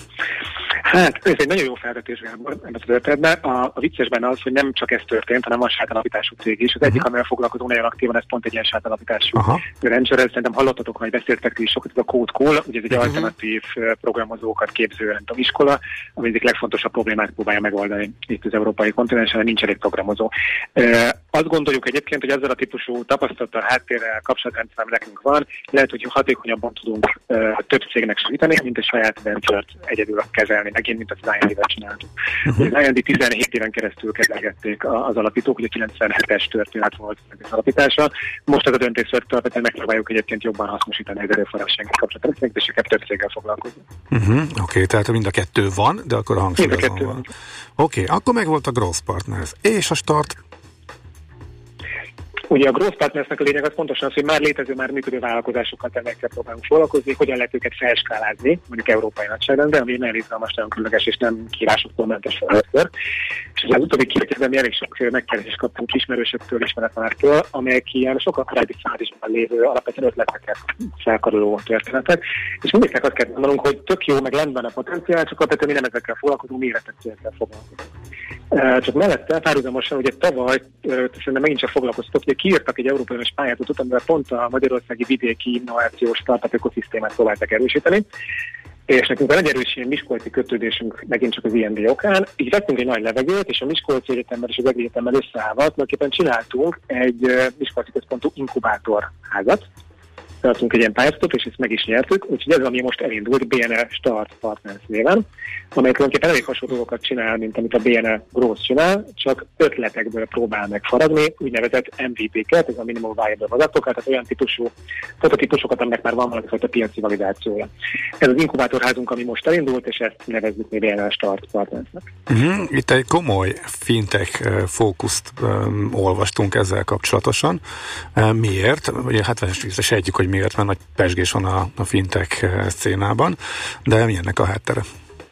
Hát, ez egy nagyon jó felvetés, Gábor, ebben a történetben. A, a vicces benne az, hogy nem csak ez történt, hanem van sátalapítású cég is. Az egyik, uh-huh. amivel foglalkozunk nagyon aktívan, ez pont egy ilyen sátalapítású uh-huh. rendszer. Szerintem hallottatok, hogy beszéltek is sokat, ez a Code Cool, ugye ez egy uh-huh. alternatív programozókat képző, nem tudom, iskola, ami egyik legfontosabb problémát próbálja megoldani itt az európai kontinensen, nincs elég programozó. E, azt gondoljuk egyébként, hogy ezzel a típusú tapasztalattal, háttérrel, kapcsolatrendszer, ami nekünk van, lehet, hogy hatékonyabban tudunk e, több cégnek segíteni, mint a saját venture-t egyedül kezelni, megint, mint az i en dé-vel csináltuk. Uh-huh. Az i en dé tizenhét éven keresztül kezelgették az alapítók, ugye kilencvenhetes történet volt az alapítása. Most ez a döntés született, megpróbáljuk egyébként jobban hasznosítani az erőforrásainkat kapcsolatban, és inkább több céggel foglalkozni. Uh-huh. Oké, okay, tehát mind a kettő van, de akkor a hangsúlyozom van. Oké, okay, akkor meg volt a Growth Partners. És a Start? Ugye a Growth Partnersnek a lényeg az pontosan az, hogy már létező, már működő vállalkozásokkal termékkel próbálunk foglalkozni, hogyan lehet őket felskálázni, mondjuk európai nagyságrendben, ami nagyon izgalmas, nagyon különleges és nem kívásoktól mentes feladatkör. És az utóbbi két évben mi elég sok megkeresést kaptunk ismerősöktől, ismeretlenektől, amelyek ilyen sokkal korábbi fázisban lévő alapvetően ötleteket felkaroló történetek. És mindegynek azt kell mondanunk, hogy tök jó, meg lenne benne potenciál, csak alapvetően mi nem ezekkel foglalkozunk, méretett célekkel foglalkozunk. Csak mellette párhuzamosan ugye tavaly, szerintem megint csak foglalkoztatok, hogy kiírtak egy európai uniós pályázatot, amivel pont a magyarországi vidéki innovációs startup ökoszisztémát próbáltak erősíteni, és nekünk van egy erős ilyen miskolci kötődésünk megint csak az I N D okán, így vettünk egy nagy levegőt, és a Miskolci Egyetemmel és az Egyetemel összeállva tulajdonképpen csináltunk egy miskolci központú inkubátorházat, tartunk egy ilyen pályázatot, és ezt meg is nyertük, úgyhogy ez, ami most elindult, B N E Start Partners néven, amely tulajdonképpen elég hasonló dolgokat csinál, mint amit a B N E Growth csinál, csak ötletekből próbál megfaragni, úgynevezett M V P-ket, ez a Minimum Viable Productokat, tehát olyan típusú prototípusokat, aminek már van valamifajta piaci validációja. Ez az inkubátorházunk, ami most elindult, és ezt nevezzük mi B N E Start Partnersnek. Uh-huh. Itt egy komoly fintech uh, fókuszt um, olvastunk ezzel kapcsolatosan. Uh, miért? Ugye hát sejtjük, hogy miért, mert nagy pezsgés van a, a fintech szcénában, de mi ennek a háttere?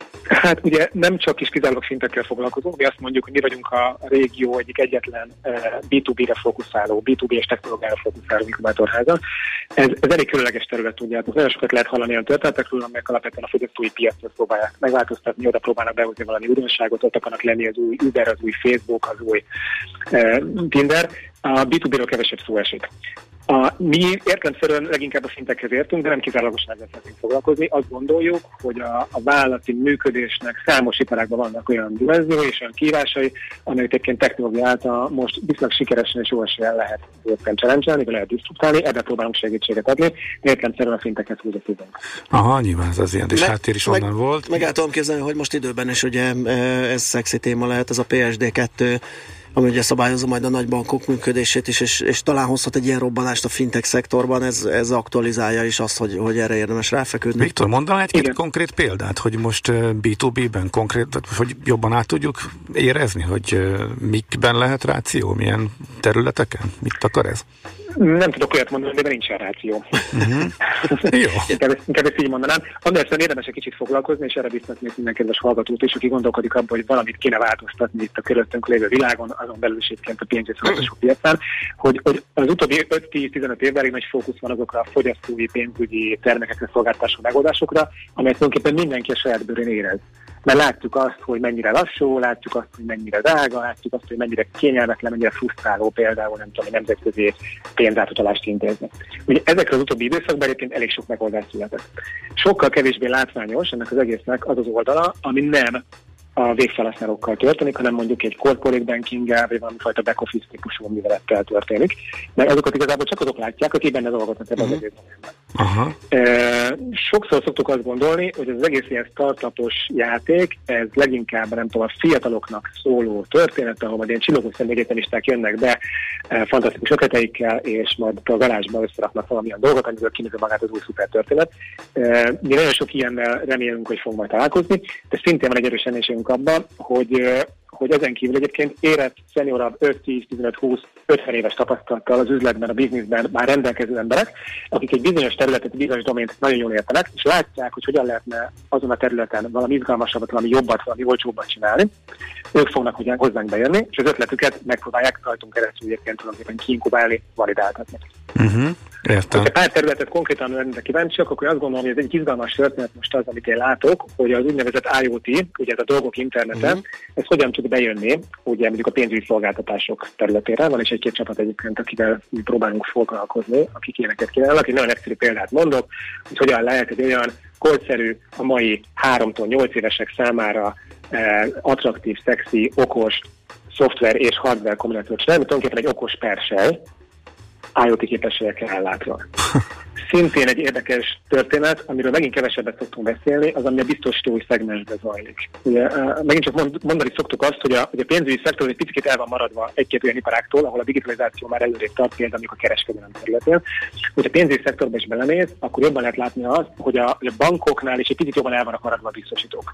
Hát ugye nem csak is kizárólag fintekkel foglalkozunk, mi azt mondjuk, hogy mi vagyunk a régió egyik egyetlen bé kettő bé-re fókuszáló, bé kettő bé-es technológiára fókuszáló inkubátorháza. Ez, ez elég különleges terület, tudjátok. Nagyon sokat lehet hallani olyan történetekről, amelyek alapvetően a fogyasztói piacot próbálják megváltoztatni, oda próbálnak behozni valami újdonságot, ott akarnak lenni az új Uber, az új Facebook, az új eh, Tinder. A bé kettő bé-ről kevesebb szó esik. A, mi értelemszerűen leginkább a fintekhez értünk, de nem kizárólagosan ezzel szeretnénk foglalkozni. Azt gondoljuk, hogy a, a vállalati működésnek számos iparágban vannak olyan dimenziói és olyan kívásai, amelyek egyébként technológia által most viszonylag sikeresen és jó esélyen lehet éppen challenge-elni, vagy lehet disztrubtálni, ebben próbálunk segítséget adni, de értelemszerűen a fintekhez húzatizunk. Aha, nyilván ez az ilyen, és háttér is onnan meg, volt. Meg el tudom képzelni, hogy most időben is ugye ez szexi téma lehet, ez a P S D kettő, ami ugye szabályozza majd a nagybankok működését is, és, és talán hozhat egy ilyen robbanást a fintech szektorban, ez, ez aktualizálja is azt, hogy, hogy erre érdemes ráfeküdni. Viktor, mondaná egy-két konkrét példát, hogy most bé kettő bé-ben konkrét, hogy jobban át tudjuk érezni, hogy mikben lehet ráció, milyen területeken? Mit akar ez? Nem tudok olyat mondani, de nincsen ráció. Uh-huh. Jó. Inkább, inkább ezt így mondanám. Andersen érdemes egy kicsit foglalkozni, és erre biztatnék minden kedves hallgatót is, aki gondolkodik abban, hogy valamit kéne változtatni itt a körülöttünk lévő világon, azon belül is egyébként a pénzügyi szolgáltatások piacán, hogy, hogy az utóbbi öt-tíz-tizenöt évben elég nagy fókusz van azokra a fogyasztói pénzügyi termékekre, szolgáltatású megoldásokra, amelyet tulajdonképpen mindenki a saját bőrén érez. Mert látjuk azt, hogy mennyire lassú, látjuk azt, hogy mennyire drága, látjuk azt, hogy mennyire kényelmetlen, mennyire frusztráló például, nem tudom, nemzetközi pénzátutalást intézni. Ugye ezekre az utóbbi időszakban egyébként elég sok megoldás született. Sokkal kevésbé látványos ennek az egésznek az az oldala, ami nem a végfelhasználókkal történik, hanem mondjuk egy corporate bankinggel, vagy valamifajta back-office típusú művelettel történik. Mert azokat igazából csak azok látják, akik benne dolgoznak ebben uh-huh. az egész Aha. E, sokszor szoktuk azt gondolni, hogy az egész ilyen startupos játék, ez leginkább nem tudom, a fiataloknak szóló történet, ahol majd ilyen csillogó szemű egyetemisták jönnek be e, fantasztikus ötleteikkel, és majd a garázsban összeraknak valamilyen dolgot, amiből kinőző magát az új szuper történet. E, mi nagyon sok ilyennel remélünk, hogy fogunk majd találkozni, de szintén van egy erős reménységünk abban, hogy, hogy ezen kívül egyébként érett, szeniorabb öt-tíz-tizenöt-húsz-ötven éves tapasztalattal az üzletben, a bizniszben már rendelkező emberek, akik egy bizonyos területet, egy bizonyos domént nagyon jól értenek, és látják, hogy hogyan lehetne azon a területen valami izgalmasabbat, valami jobbat, valami olcsóbbat csinálni. Ők fognak ugye hozzánk bejönni, és az ötletüket megpróbálják rajtunk keresztül egyébként tulajdonképpen kiinkubálni, validáltatni. Uh-huh. Értem. Ha pár területet konkrétan lennének kíváncsiak, akkor azt gondolom, hogy ez egy izgalmas történet most az, amit én látok, hogy az úgynevezett I O T, ugye ez a dolgok interneten, uh-huh. ez hogyan tud bejönni, ugye mondjuk a pénzügyi szolgáltatások területére. Van is egy-két csapat egyébként, akivel mi próbálunk foglalkozni, akik ilyeneket kínálnak. Egy nagyon egyszerű példát mondok, hogy hogyan lehet egy olyan korszerű, a mai háromtól nyolc évesek számára eh, attraktív, szexi, okos szoftver és hardware kombinációt csinálni, tulajdonképpen egy okos persely, I O T képességekkel ellátva. Szintén egy érdekes történet, amiről megint kevesebbet szoktunk beszélni, az, ami a biztosítói szegmensben zajlik. Ugye, megint csak mondani szoktuk azt, hogy a, hogy a pénzügyi szektor egy picit el van maradva egy-két olyan iparáktól, ahol a digitalizáció már előrébb tart, például a kereskedelem területén. Hogyha a pénzügyi szektorba is belenéz, akkor jobban lehet látni azt, hogy a, hogy a bankoknál is egy picit jobban el vannak maradva a biztosítók.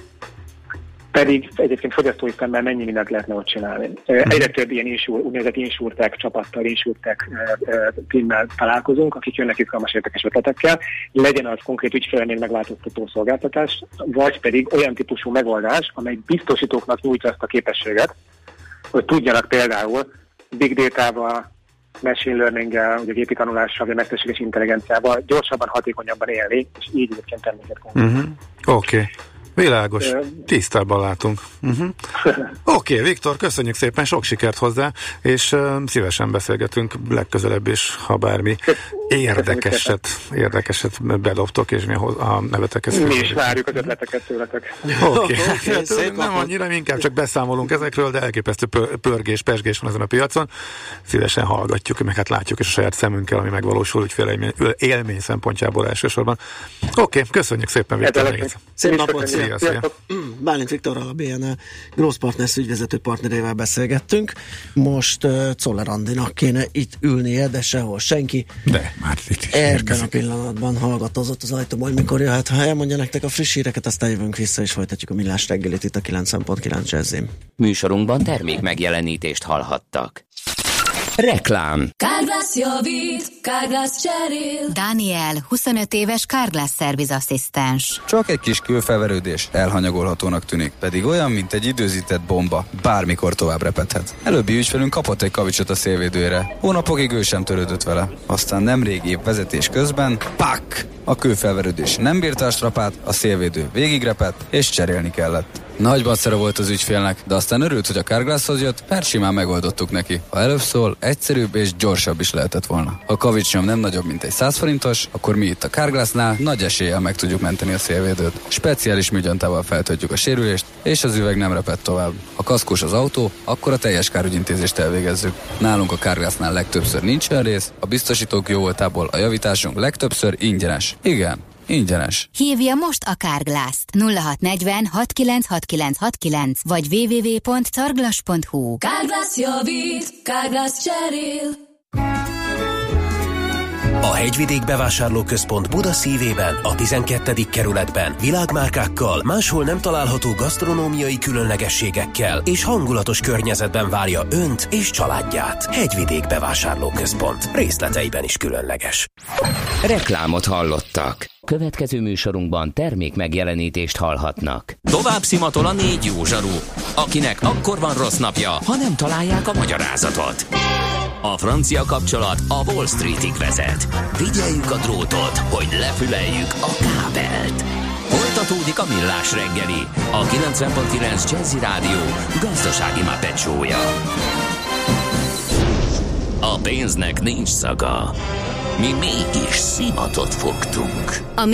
Pedig egyébként fogyasztói szemben mennyi mindent lehetne ott csinálni. Egyre több ilyen insúr, úgynevezett insurtech csapattal, insurtech teammel találkozunk, akik jönnek izgalmas értékes ötletekkel, legyen az konkrét ügyfélmény megváltoztató szolgáltatás, vagy pedig olyan típusú megoldás, amely biztosítóknak nyújtja azt a képességet, hogy tudjanak például big data-val, machine learning-gel, ugye gépi tanulással, vagy mesterséges intelligenciával gyorsabban, hatékonyabban élni, és így egyébként terméket uh-huh. Oké. Okay. Világos, tisztában látunk. Uh-huh. Oké, okay, Viktor, köszönjük szépen, sok sikert hozzá, és uh, szívesen beszélgetünk legközelebb is, ha bármi érdekeset, érdekeset bedobtok, és mi a, a neveteket. Mi is várjuk az ötleteket tőletek. Oké, okay. okay, nem annyira, inkább csak beszámolunk ezekről, de elképesztő pörgés, pesgés van ezen a piacon. Szívesen hallgatjuk, meg hát látjuk is a saját szemünkkel, ami megvalósul ügyfél élmény szempontjából elsősorban. Oké, okay, köszönjük szépen, Viktor. Szép napot, szia, szia. Bálint Viktorral, a bé en á Growth Partners ügyvezető partnerével beszélgettünk. Most uh, Czoller Andinak kéne itt ülnie, de sehol senki. De már itt is Ebben a pillanatban hallgatózott az ajtó, majd mikor jöhet. Ha elmondja nektek a friss híreket, aztán jövünk vissza, és folytatjuk a millás reggelit itt a kilencven pont kilenc Jazzin. Műsorunkban termék megjelenítést hallhattak. Reklám. Carglass javít, Carglass cserél. Daniel, huszonöt éves Carglass szervizasszisztens. Csak egy kis kőfelverődés elhanyagolhatónak tűnik, pedig olyan, mint egy időzített bomba, bármikor tovább repedhet. Előbbi ügyfelünk kapott egy kavicsot a szélvédőre. Hónapokig ő sem törődött vele. Aztán nemrég épp vezetés közben, pak! A kőfelverődés nem bírta a strapát, a szélvédő végigrepett, és cserélni kellett. Nagy bacera volt az ügyfélnek, de aztán örült, hogy a Carglasshoz jött, mert simán megoldottuk neki. Ha előbb szól, egyszerűbb és gyorsabb is lehetett volna. Ha a kavicsnyom nem nagyobb, mint egy száz forintos, akkor mi itt a Carglassnál nagy eséllyel meg tudjuk menteni a szélvédőt. Speciális műgyantával feltöltjük a sérülést, és az üveg nem reped tovább. Ha kaszkós az autó, akkor a teljes kárügyintézést elvégezzük. Nálunk a Carglassnál legtöbbször nincsen rész, a biztosítók jó voltából a javításunk legtöbbször ingyenes. Igen, ingyenes. Hívja most a Carglass-t nulla hat negyven hat kilenc hat kilenc hat kilenc vagy double-u double-u double-u pont carglass pont hu. Carglass javít, Carglass cserél. A Hegyvidék Bevásárlóközpont Buda szívében, a tizenkettedik kerületben világmárkákkal, máshol nem található gasztronómiai különlegességekkel és hangulatos környezetben várja önt és családját. Hegyvidék Bevásárlóközpont. Részleteiben is különleges. Reklámot hallottak. Következő műsorunkban termék megjelenítést hallhatnak. Tovább szimatol a négy jó zsaru, akinek akkor van rossz napja, ha nem találják a magyarázatot. A francia kapcsolat a Wall Streetig vezet. Figyeljük a drótot, hogy lefüleljük a kábelt. Folytatódik a millás reggeli, a kilencven pont kilenc Jazzy Rádió gazdasági mápecsója. A pénznek nincs szaga, mi mégis szimatot fogtunk. A